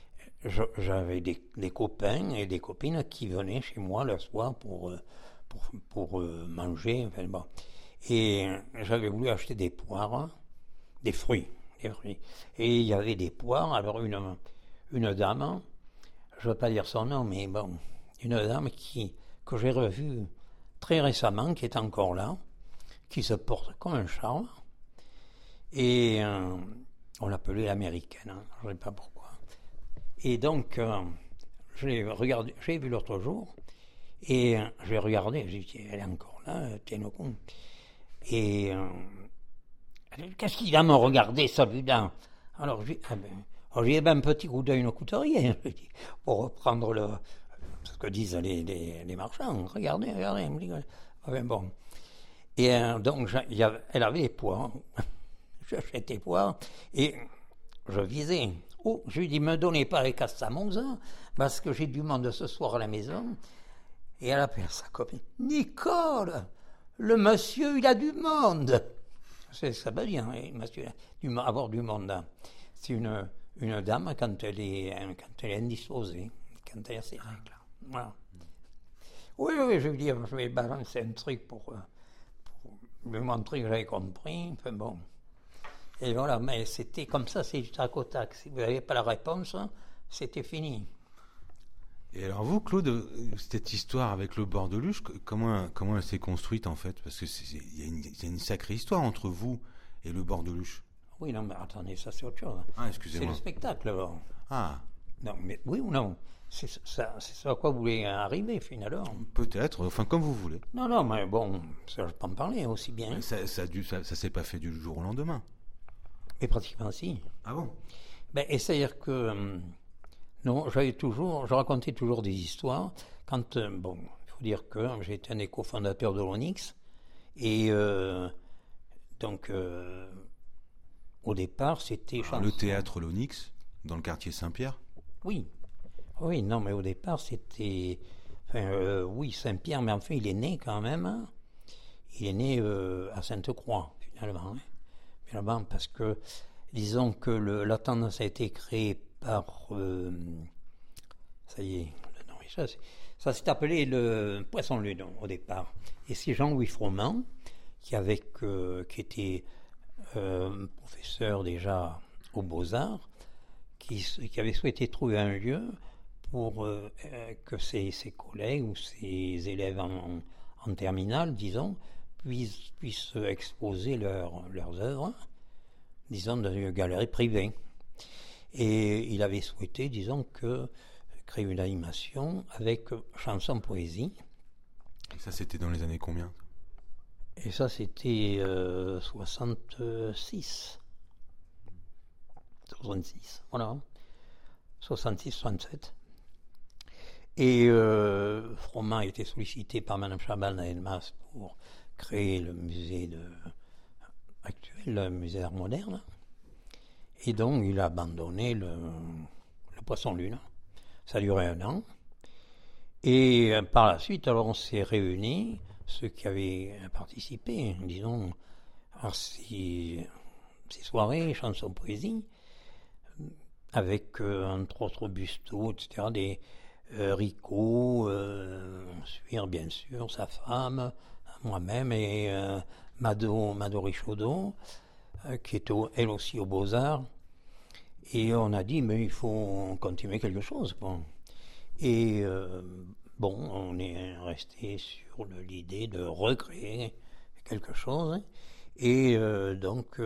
des copains et des copines qui venaient chez moi le soir pour manger. Enfin, bon. Et j'avais voulu acheter des poires, des fruits. Et il y avait des poires. Alors une dame, je ne veux pas dire son nom, mais bon, une dame que j'ai revue très récemment, qui est encore là, qui se porte comme un charme. Et on l'appelait l'américaine, hein, je ne sais pas pourquoi. Et donc, j'ai vu l'autre jour, et j'ai regardé, j'ai dit, elle est encore là, Ténocon. Et qu'est-ce qu'il va me regarder, celui-là? Alors, j'ai un petit coup d'œil ne coûte rien, pour reprendre ce que disent les marchands. Regardez. Enfin, bon. Et donc, elle avait des poires. J'achète des poires, et je visais. Oh, je lui dis, me donnez pas les cassamonzes, parce que j'ai du monde ce soir à la maison. Et elle appelle sa copine. Nicole, le monsieur, il a du monde. C'est ça veut dire, hein, monsieur, avoir du monde. C'est une dame quand elle est indisposée, quand elle a ses règles. Voilà. Oui, je veux dire, je vais balancer un truc pour lui montrer que j'avais compris. Enfin bon. Et voilà, mais c'était comme ça, c'est du tac au tac. Si vous n'avez pas la réponse, c'était fini. Et alors vous, Claude, cette histoire avec le bord de Luche, comment elle s'est construite en fait? Parce que il y a une sacrée histoire entre vous et le bord de Luche. Oui, non, mais attendez, ça c'est autre chose. Ah, excusez-moi. C'est le spectacle, alors. Ah. Non, mais oui ou non? C'est ça à quoi vous voulez arriver, finalement. Peut-être, enfin comme vous voulez. Non, non, mais bon, ça, je peux en parler aussi bien. Ça s'est pas fait du jour au lendemain. Mais pratiquement si. Ah bon? Ben, et c'est-à-dire que, non, je racontais toujours des histoires. Quand, bon, il faut dire que j'ai été un des cofondateurs de l'Onyx. Et donc, au départ, c'était Alors, le théâtre l'Onyx, dans le quartier Saint-Pierre? Oui, oui, non, mais au départ, c'était... Enfin, oui, Saint-Pierre, mais enfin, il est né quand même. Hein. Il est né à Sainte-Croix, finalement. Hein. Finalement, parce que, disons que la tendance a été créée par... ça y est, non, ça s'est appelé le Poisson-Lune au départ. Et c'est Jean-Louis Froment, qui était professeur déjà aux Beaux-Arts, qui avait souhaité trouver un lieu pour que ses collègues ou ses élèves en terminale, disons, puissent exposer leurs œuvres, disons, dans une galerie privée. Et il avait souhaité, disons, créer une animation avec chanson-poésie. Et ça, c'était dans les années combien? Et ça, c'était 66. 66, voilà. 66, 67. Et Froment a été sollicité par Mme Chaban à Elmas pour créer le musée actuel, le musée d'art moderne. Et donc, il a abandonné le Poisson-Lune. Ça a duré 1 an. Et par la suite, alors on s'est réunis, ceux qui avaient participé, disons, à ces soirées, chansons-poésie, avec entre autres Busto, etc., des Rico, Suir, bien sûr, sa femme, moi-même, et Mado Richaudot, qui est elle aussi aux Beaux-Arts. Et on a dit, mais il faut continuer quelque chose. Bon. Et bon, on est resté sur l'idée de recréer quelque chose. Et donc,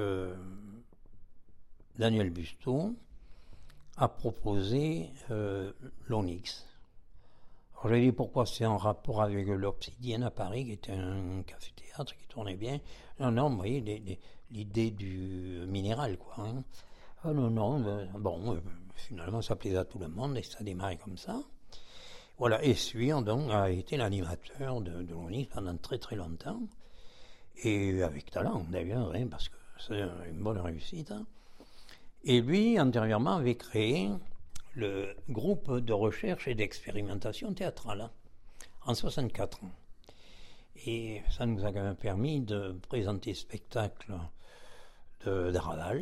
Daniel Busto a proposé l'Onyx. Alors j'ai dit pourquoi c'est en rapport avec l'Obsidienne à Paris, qui était un café-théâtre qui tournait bien. Non, non, vous voyez, l'idée du minéral, quoi. Hein. Ah non, non, bon, finalement ça plaisait à tout le monde et ça a démarré comme ça. Voilà, et Suir donc a été l'animateur de l'Onyx pendant très très longtemps, et avec talent d'ailleurs, hein, parce que c'est une bonne réussite. Hein. Et lui, antérieurement, avait créé le groupe de recherche et d'expérimentation théâtrale en 64 ans. Et ça nous a quand même permis de présenter spectacles d'Araval,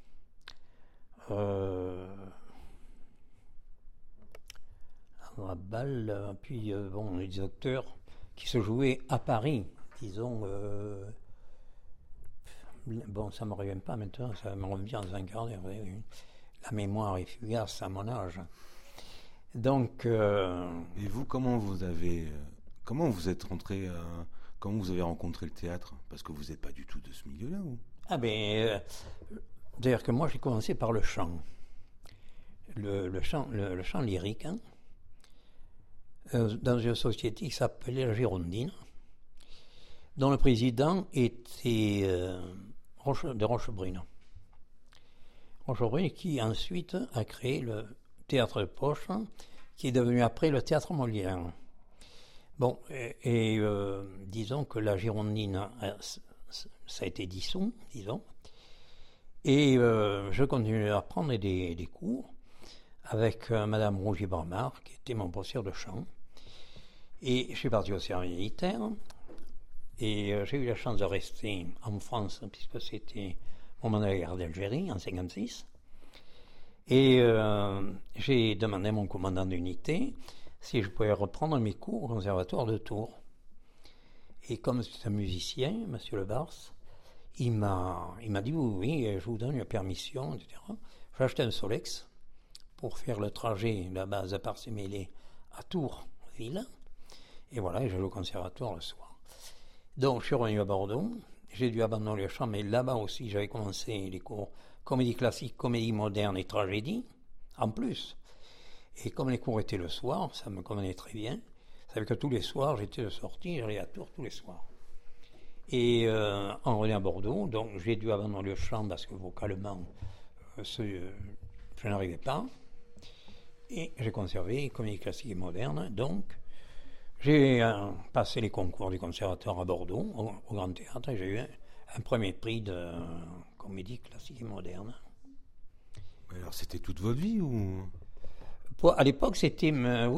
puis bon, les auteurs qui se jouaient à Paris, disons, bon, ça ne me revient pas maintenant, ça me revient dans un quart d'heure, la mémoire est fugace à mon âge. Donc... Et vous, comment vous êtes rentré, comment vous avez rencontré le théâtre? Parce que vous n'êtes pas du tout de ce milieu-là, ou? Ah ben, d'ailleurs que moi j'ai commencé par le chant. Le chant lyrique, hein, dans une société qui s'appelait la Girondine, dont le président était de Rochebrune. Rochebrune qui ensuite a créé le théâtre de poche, qui est devenu après le théâtre Molière. Bon, et disons que la Girondine, ça a été dissous, disons, et je continue à prendre des cours avec Madame Rougier-Barmard, qui était mon professeur de chant. Et je suis parti au service militaire, et j'ai eu la chance de rester en France, puisque c'était au moment de la guerre d'Algérie, en 1956. Et j'ai demandé à mon commandant d'unité si je pouvais reprendre mes cours au conservatoire de Tours. Et comme c'est un musicien, M. Le Bars, il m'a dit oui, je vous donne la permission, etc. J'ai acheté un Solex pour faire le trajet de la base à Parcé-Mêlé à Tours, ville. Et voilà, j'ai le conservatoire le soir. Donc je suis revenu à Bordeaux. J'ai dû abandonner le chant, mais là-bas aussi, j'avais commencé les cours comédie classique, comédie moderne et tragédie, en plus. Et comme les cours étaient le soir, ça me convenait très bien. Ça veut dire que tous les soirs, j'étais de sortie, j'allais à Tours tous les soirs. Et en revenant à Bordeaux, donc j'ai dû abandonner le chant parce que vocalement, je n'arrivais pas. Et j'ai conservé comédie classique et moderne. Donc, j'ai passé les concours du conservatoire à Bordeaux, au Grand Théâtre, et j'ai eu un premier prix de comédie classique et moderne. Alors, c'était toute votre vie ou... À l'époque, c'était,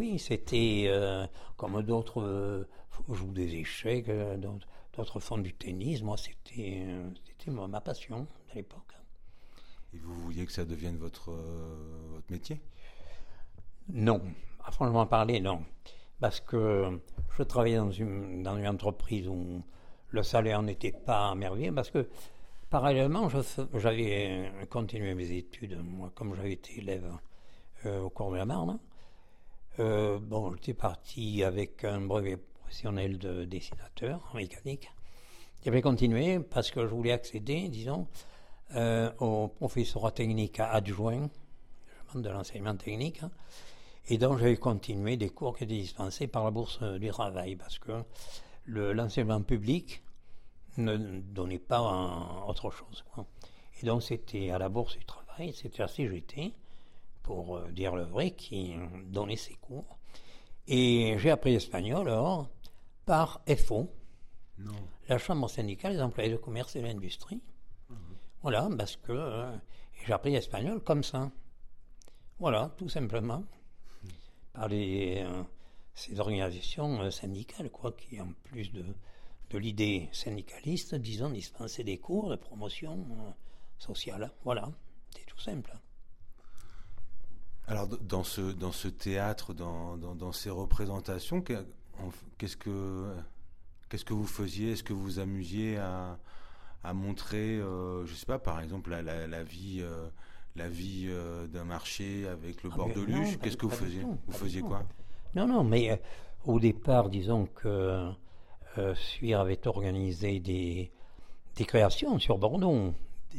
comme d'autres jouent des échecs, d'autres font du tennis. Moi, c'était ma passion à l'époque. Et vous vouliez que ça devienne votre métier? Non, à franchement parler, non. Parce que je travaillais dans une entreprise où le salaire n'était pas merveilleux, parce que parallèlement, j'avais continué mes études. Moi, comme j'avais été élève au cours de la Marne, j'étais parti avec un brevet professionnel de dessinateur en mécanique. J'avais continué parce que je voulais accéder, disons, au professorat technique adjoint de l'enseignement technique. Et donc, j'avais continué des cours qui étaient dispensés par la Bourse du Travail, parce que l'enseignement public ne donnait pas autre chose, quoi. Et donc, c'était à la Bourse du Travail, c'était la CGT, pour dire le vrai, qui donnait ces cours. Et j'ai appris l'espagnol, alors, par FO, la Chambre syndicale des employés de commerce et de l'industrie. Voilà, parce que j'ai appris l'espagnol comme ça. Voilà, tout simplement. Par ces organisations syndicales, quoi, qui en plus de l'idée syndicaliste, disons, dispensaient des cours de promotion sociale. Voilà, c'est tout simple. Alors dans ce théâtre, dans ces représentations, qu'est-ce que vous faisiez? Est-ce que vous vous amusiez à montrer, je sais pas, par exemple la vie d'un marché avec le bord de Luche? Qu'est-ce que vous faisiez? Vous faisiez quoi? Non, mais au départ, disons que Suire avait organisé des créations sur Bordeaux.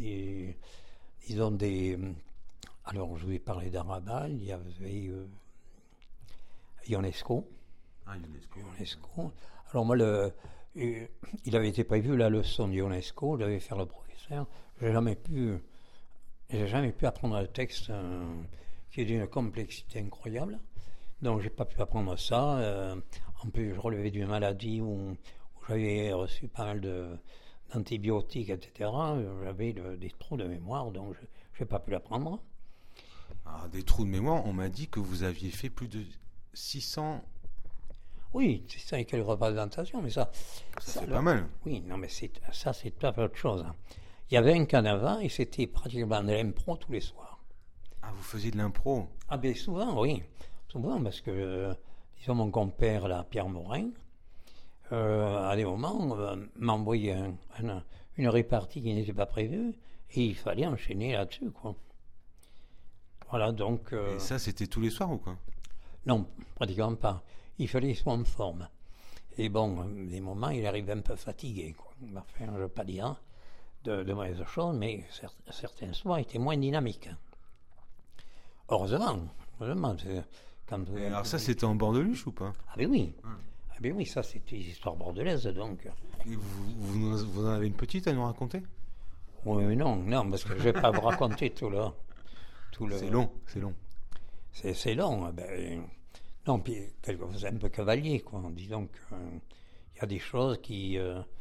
Alors, je vais parler d'Arabal, il y avait Ionesco. Ionesco. Alors, moi, il avait été prévu la leçon d'Ionesco, je devais faire le professeur. J'ai jamais pu apprendre le texte qui est d'une complexité incroyable. Donc, j'ai pas pu apprendre ça. En plus, je relevais d'une maladie où j'avais reçu pas mal d'antibiotiques, etc. J'avais des trous de mémoire, donc je n'ai pas pu l'apprendre. Ah, des trous de mémoire, on m'a dit que vous aviez fait plus de 600... Oui, c'est ça, et quelle représentation, mais ça fait pas mal. Oui, non, mais c'est tout à fait autre chose. Il y avait un canevas et c'était pratiquement de l'impro tous les soirs. Ah, vous faisiez de l'impro? Ah, bien souvent, oui. Souvent, parce que, disons, mon compère, là, Pierre Morin, à des moments, m'envoyait une répartie qui n'était pas prévue et il fallait enchaîner là-dessus, quoi. Voilà, donc... Et ça, c'était tous les soirs ou quoi? Non, pratiquement pas. Il fallait qu'il soit en forme. Et bon, des moments, il arrivait un peu fatigué, quoi. Enfin, je ne veux pas dire de mauvaises choses, mais certains soirs étaient moins dynamiques. Heureusement. Alors ça, c'était en bord de Luche ou pas? Ah ben oui. Ah ben oui, ça c'était des histoires bordelaises, donc. Et vous en avez une petite à nous raconter? Oui, mais non, parce que je ne vais pas vous raconter tout le... C'est long. C'est long. Non, puis quelquefois c'est un peu cavalier, quoi. Disons qu'il y a des choses qui...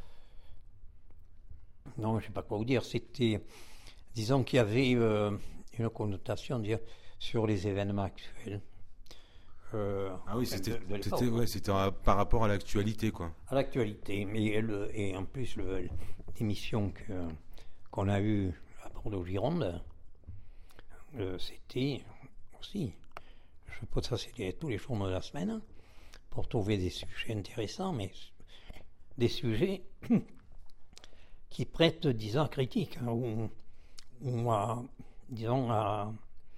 Non, je ne sais pas quoi vous dire. Disons qu'il y avait une connotation sur les événements actuels. Ah oui, c'était par rapport à l'actualité, quoi. À l'actualité, et en plus l'émission qu'on a eue à Bordeaux-Gironde, c'était aussi, je pense que ça c'était tous les journaux de la semaine, pour trouver des sujets intéressants, mais des sujets qui prêtent, disons, à critique, hein, ou à, disons, à...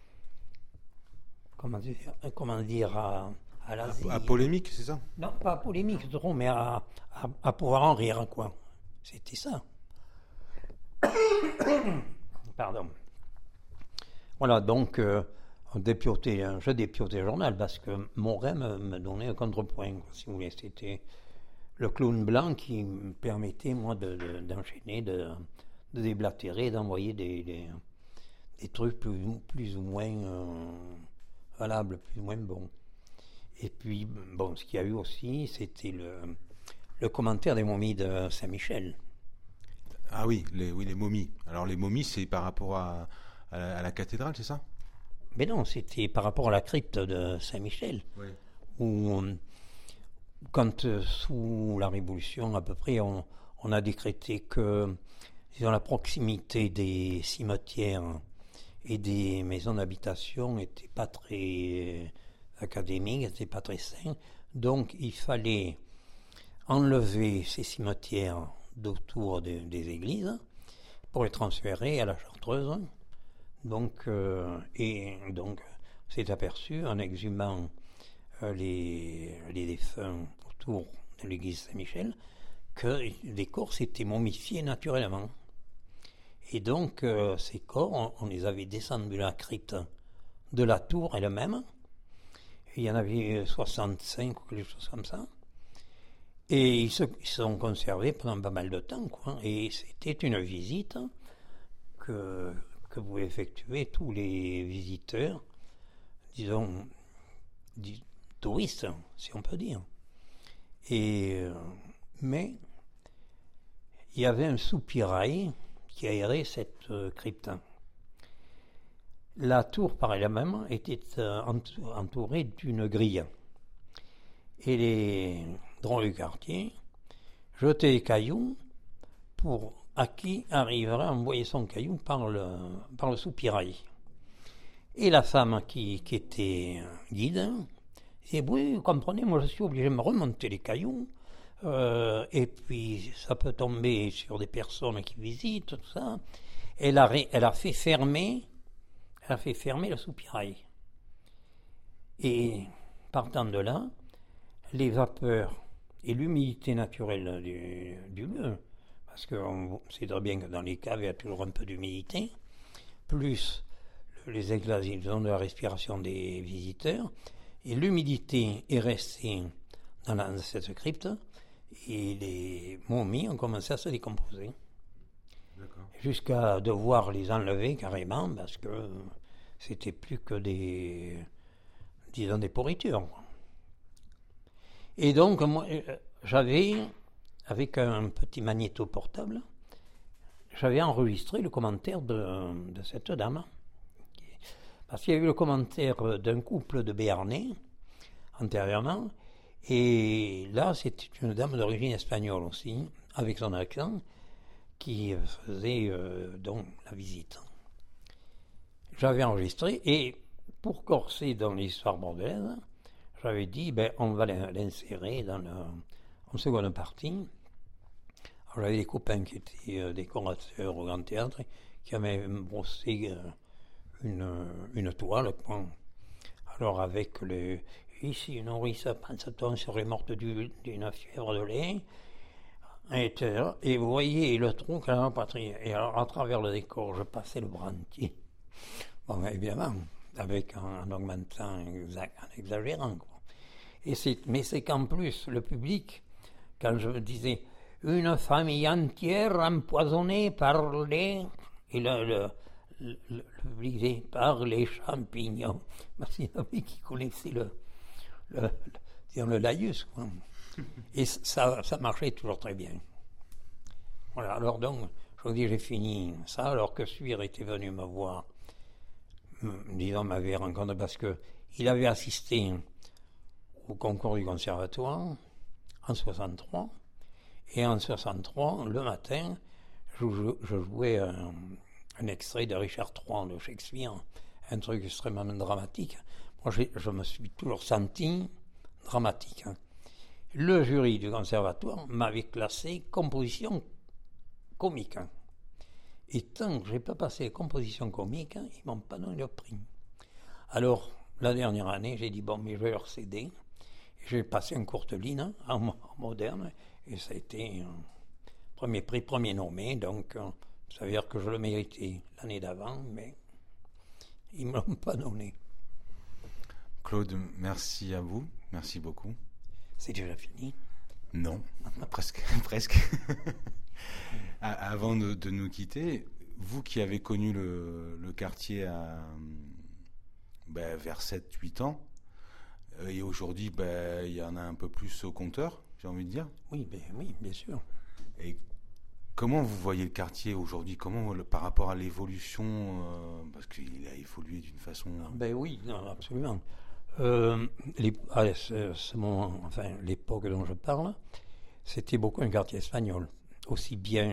Comment dire, à l'Asie. À polémique, c'est ça? Non, pas à polémique, trop, mais à pouvoir en rire, quoi. C'était ça. Pardon. Voilà, donc, Je dépiotais le journal parce que Moret me donnait un contrepoint, si vous voulez. C'était le clown blanc qui me permettait, moi, d'enchaîner, de déblatérer, d'envoyer des trucs plus ou moins valables, plus ou moins bons. Et puis, bon, ce qu'il y a eu aussi, c'était le commentaire des momies de Saint-Michel. Ah oui, les momies. Alors les momies, c'est par rapport à la cathédrale, c'est ça? Mais non, c'était par rapport à la crypte de Saint-Michel, Oui. où quand sous la Révolution à peu près, on a décrété que disons, la proximité des cimetières et des maisons d'habitation n'était pas très académique, n'était pas très sain. Donc il fallait enlever ces cimetières d'autour des églises pour les transférer à la Chartreuse. Donc, c'est aperçu en exhumant les défunts autour de l'église Saint-Michel que les corps s'étaient momifiés naturellement. Et donc, ces corps, on les avait descendus de la crypte de la tour elle-même. Il y en avait 65 ou quelque chose comme ça. Et ils se sont conservés pendant pas mal de temps, quoi. Et c'était une visite que pouvaient effectuer tous les visiteurs, disons, touristes, si on peut dire. Mais il y avait un soupirail qui aérait cette crypte. La tour par elle-même était entourée d'une grille. Et les drôles du quartier jetaient des cailloux à qui arriverait à envoyer son caillou par le soupirail. Et la femme qui était guide disait, oui, vous comprenez, moi je suis obligé de me remonter les cailloux, et puis ça peut tomber sur des personnes qui visitent, tout ça. Elle a fait fermer le soupirail. Et partant de là, les vapeurs et l'humidité naturelle du lieu, parce qu'on sait très bien que dans les caves, il y a toujours un peu d'humidité, plus les exhalations de la respiration des visiteurs, et l'humidité est restée dans cette crypte, et les momies ont commencé à se décomposer. D'accord. Jusqu'à devoir les enlever carrément, parce que c'était plus que des pourritures. Et donc, moi, j'avais, avec un petit magnéto portable, j'avais enregistré le commentaire de cette dame. Parce qu'il y a eu le commentaire d'un couple de Béarnais, antérieurement, et là, c'était une dame d'origine espagnole aussi, avec son accent, qui faisait donc la visite. J'avais enregistré, et pour corser dans l'histoire bordelaise, j'avais dit, on va l'insérer en seconde partie. Alors, j'avais des copains qui étaient décorateurs au Grand Théâtre, qui avaient brossé une toile. Alors, avec ici, une nourrice, pense-t-on, serait morte d'une fièvre de lait, etc. Et vous voyez le trou qu'elle a patrie. Et alors, à travers le décor, je passais le bras entier. Bon, évidemment, en augmentant, en exagérant, quoi. Mais c'est qu'en plus, le public, quand je disais une famille entière empoisonnée par les. Et le public disait par les champignons. Parce qu'il y en avait qui connaissaient le laïus, quoi. Et ça marchait toujours très bien. Voilà, alors donc, je vous dis, j'ai fini ça, alors que Suire était venu me voir, disons, m'avait rencontré parce qu'il avait assisté au concours du conservatoire en 63, et en 63, le matin, je jouais un extrait de Richard III de Shakespeare, un truc extrêmement dramatique. Moi, je me suis toujours senti dramatique. Le jury du conservatoire m'avait classé composition comique. Et tant que je n'ai pas passé composition comique, ils ne m'ont pas donné le prix. Alors, la dernière année, j'ai dit, mais je vais leur céder. J'ai passé un Courteline en moderne, et ça a été premier prix, premier nommé, donc ça veut dire que je le méritais l'année d'avant, mais ils ne me l'ont pas donné. Claude, merci à vous. Merci beaucoup. C'est déjà fini? Non, presque. Avant de nous quitter, vous qui avez connu le quartier vers 7-8 ans, et aujourd'hui, il y en a un peu plus au compteur, j'ai envie de dire. Oui, bien sûr. Et comment vous voyez le quartier aujourd'hui? Comment, par rapport à l'évolution, parce qu'il a évolué d'une façon... Oui, non, absolument. L'époque dont je parle, c'était beaucoup un quartier espagnol, aussi bien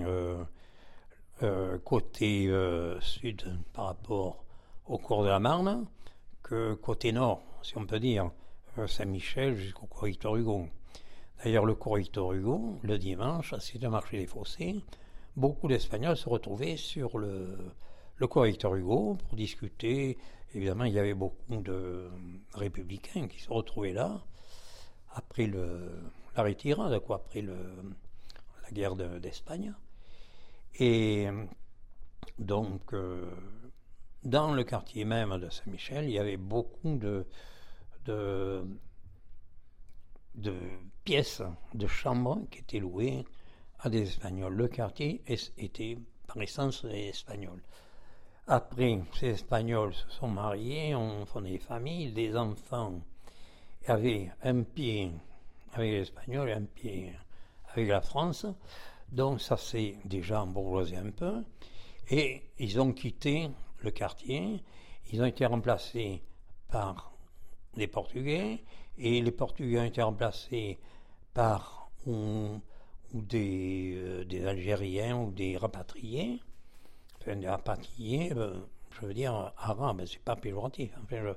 côté sud par rapport au cours de la Marne que côté nord, si on peut dire, Saint-Michel jusqu'au cours Victor Hugo. D'ailleurs, le cours Victor Hugo, le dimanche, c'était un marché des fossés. Beaucoup d'Espagnols se retrouvaient sur le cours Victor Hugo pour discuter. Évidemment, il y avait beaucoup de républicains qui se retrouvaient là après la retirade, après la guerre d'Espagne. Et donc, dans le quartier même de Saint-Michel, il y avait beaucoup de pièces, de chambres qui étaient louées à des Espagnols. Le quartier était par essence espagnol. Après, ces Espagnols se sont mariés, ont fondé des familles, des enfants avaient un pied avec les Espagnols et un pied avec la France. Donc ça s'est déjà embourgeoisé un peu. Et ils ont quitté le quartier. Ils ont été remplacés par les Portugais. Et les Portugais ont été remplacés par des Algériens ou des rapatriés. Enfin, des rapatriés, je veux dire arabes, c'est pas péjoratif. Enfin,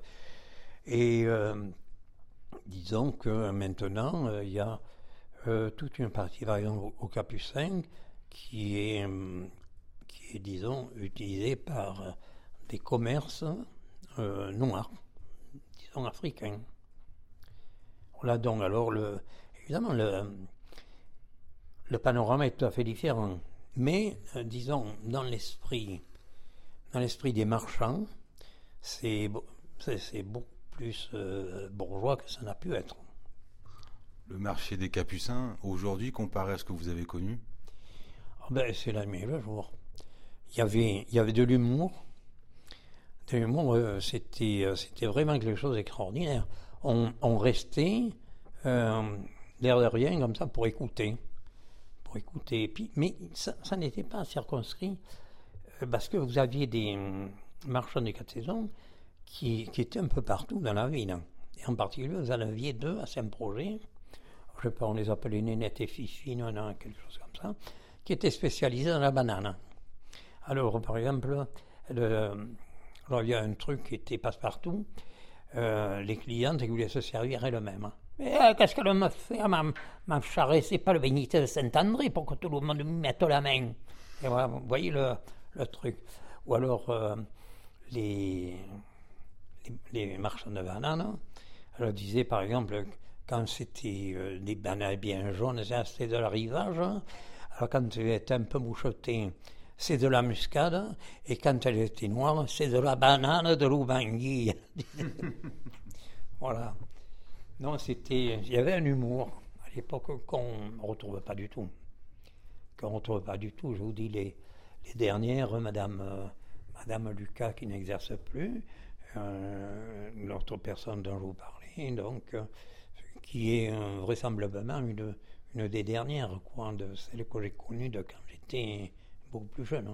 disons que maintenant, il y a toute une partie, par exemple, au Capucin, qui est disons, utilisée par des commerces noirs, disons africains. Là, donc, alors, évidemment, le panorama est tout à fait différent. Mais, disons, dans l'esprit des marchands, c'est beaucoup plus bourgeois que ça n'a pu être. Le marché des Capucins, aujourd'hui, comparé à ce que vous avez connu? C'est la nuit et le jour. Il y avait de l'humour. De l'humour, c'était vraiment quelque chose d'extraordinaire. On restait l'air de rien comme ça pour écouter. Mais ça n'était pas circonscrit parce que vous aviez des marchands des 4 saisons qui étaient un peu partout dans la ville. Et en particulier, vous en aviez 2 à Saint-Projet. Je sais pas, on les appelait Nénette et Fifi, quelque chose comme ça, qui étaient spécialisés dans la banane. Alors, par exemple, il y a un truc qui était passe-partout. Les clientes qui voulaient se servir elles-mêmes. Mais qu'est-ce qu'elle me fait, ma charrette, c'est pas le bénité de Saint-André pour que tout le monde me mette la main. Et voilà, vous voyez le truc. Ou alors, les marchands de bananes, elle disait par exemple, quand c'était des bananes bien jaunes, c'était de l'arrivage. Alors quand elles étaient un peu mouchetées, c'est de la muscade. Et quand elles étaient noires, c'est de la banane de Loubangui. Voilà. Non, il y avait un humour à l'époque qu'on ne retrouve pas du tout. Je vous dis, les dernières, Madame Lucas qui n'exerce plus, l'autre personne dont je vous parlais, donc, qui est vraisemblablement une des dernières, de celles que j'ai connues de quand j'étais beaucoup plus jeune.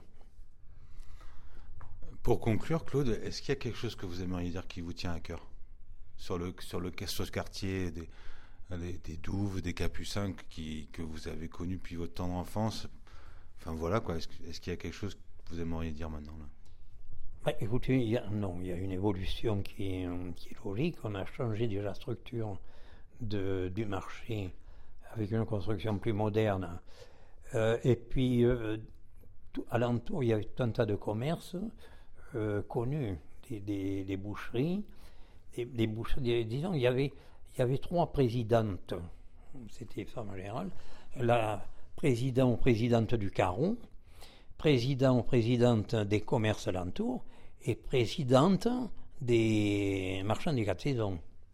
Pour conclure, Claude, est-ce qu'il y a quelque chose que vous aimeriez dire qui vous tient à cœur sur ce quartier des Douves, des Capucins que vous avez connu depuis votre temps d'enfance? Enfin voilà quoi. Est-ce qu'il y a quelque chose que vous aimeriez dire maintenant là? Écoutez, il y a une évolution qui est logique. On a changé déjà la structure du marché avec une construction plus moderne. Et puis alentour, il y avait tout un tas de commerces connus, des boucheries. Disons, il y avait 3 présidentes, c'était femme générale, la présidente du carreau, présidente des commerces alentours et présidente des marchands des 4 saisons.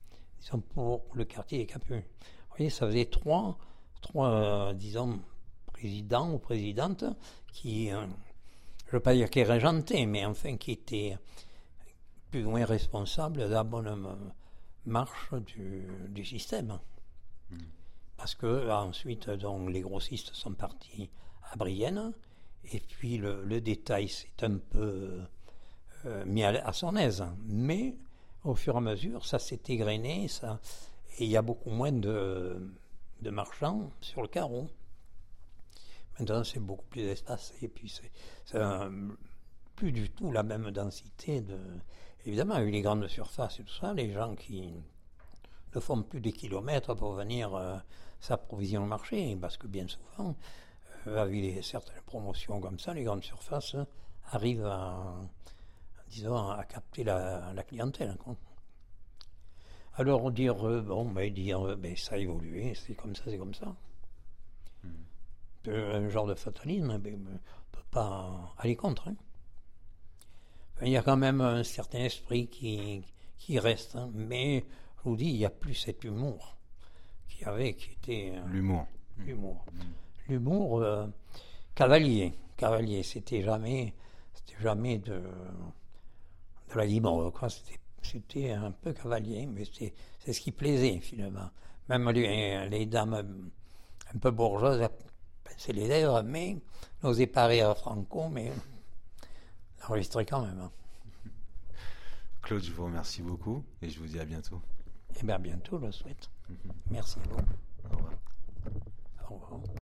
disons, pour le quartier des Capucins. Vous voyez, ça faisait trois disons, présidents ou présidentes qui, je ne veux pas dire qui régentaient, mais enfin qui étaient plus ou moins responsables de la bonne marche du système. Parce que ensuite, donc, les grossistes sont partis à Brienne, et puis le détail s'est un peu mis à son aise. Mais au fur et à mesure, ça s'est égrené, et il y a beaucoup moins de marchands sur le carreau. Maintenant, c'est beaucoup plus espacé, et puis c'est plus du tout la même densité Évidemment, avec les grandes surfaces et tout ça, les gens qui ne font plus des kilomètres pour venir s'approvisionner au marché, parce que bien souvent, avec certaines promotions comme ça, les grandes surfaces arrivent à capter la clientèle, quoi. Alors dire, ça a évolué, c'est comme ça. Un genre de fatalisme, on ne peut pas aller contre. Hein. Il y a quand même un certain esprit qui reste, hein, mais je vous dis, il n'y a plus cet humour qui était... L'humour. L'humour cavalier. C'était jamais de la libre, quoi. C'était un peu cavalier, mais c'est ce qui plaisait, finalement. Même les dames un peu bourgeoises pinçaient les lèvres, mais n'osaient pas rire à Franco, mais enregistrer quand même. Hein. Claude, je vous remercie beaucoup et je vous dis à bientôt. Eh bien, à bientôt, je le souhaite. Merci à vous. Au revoir. Au revoir.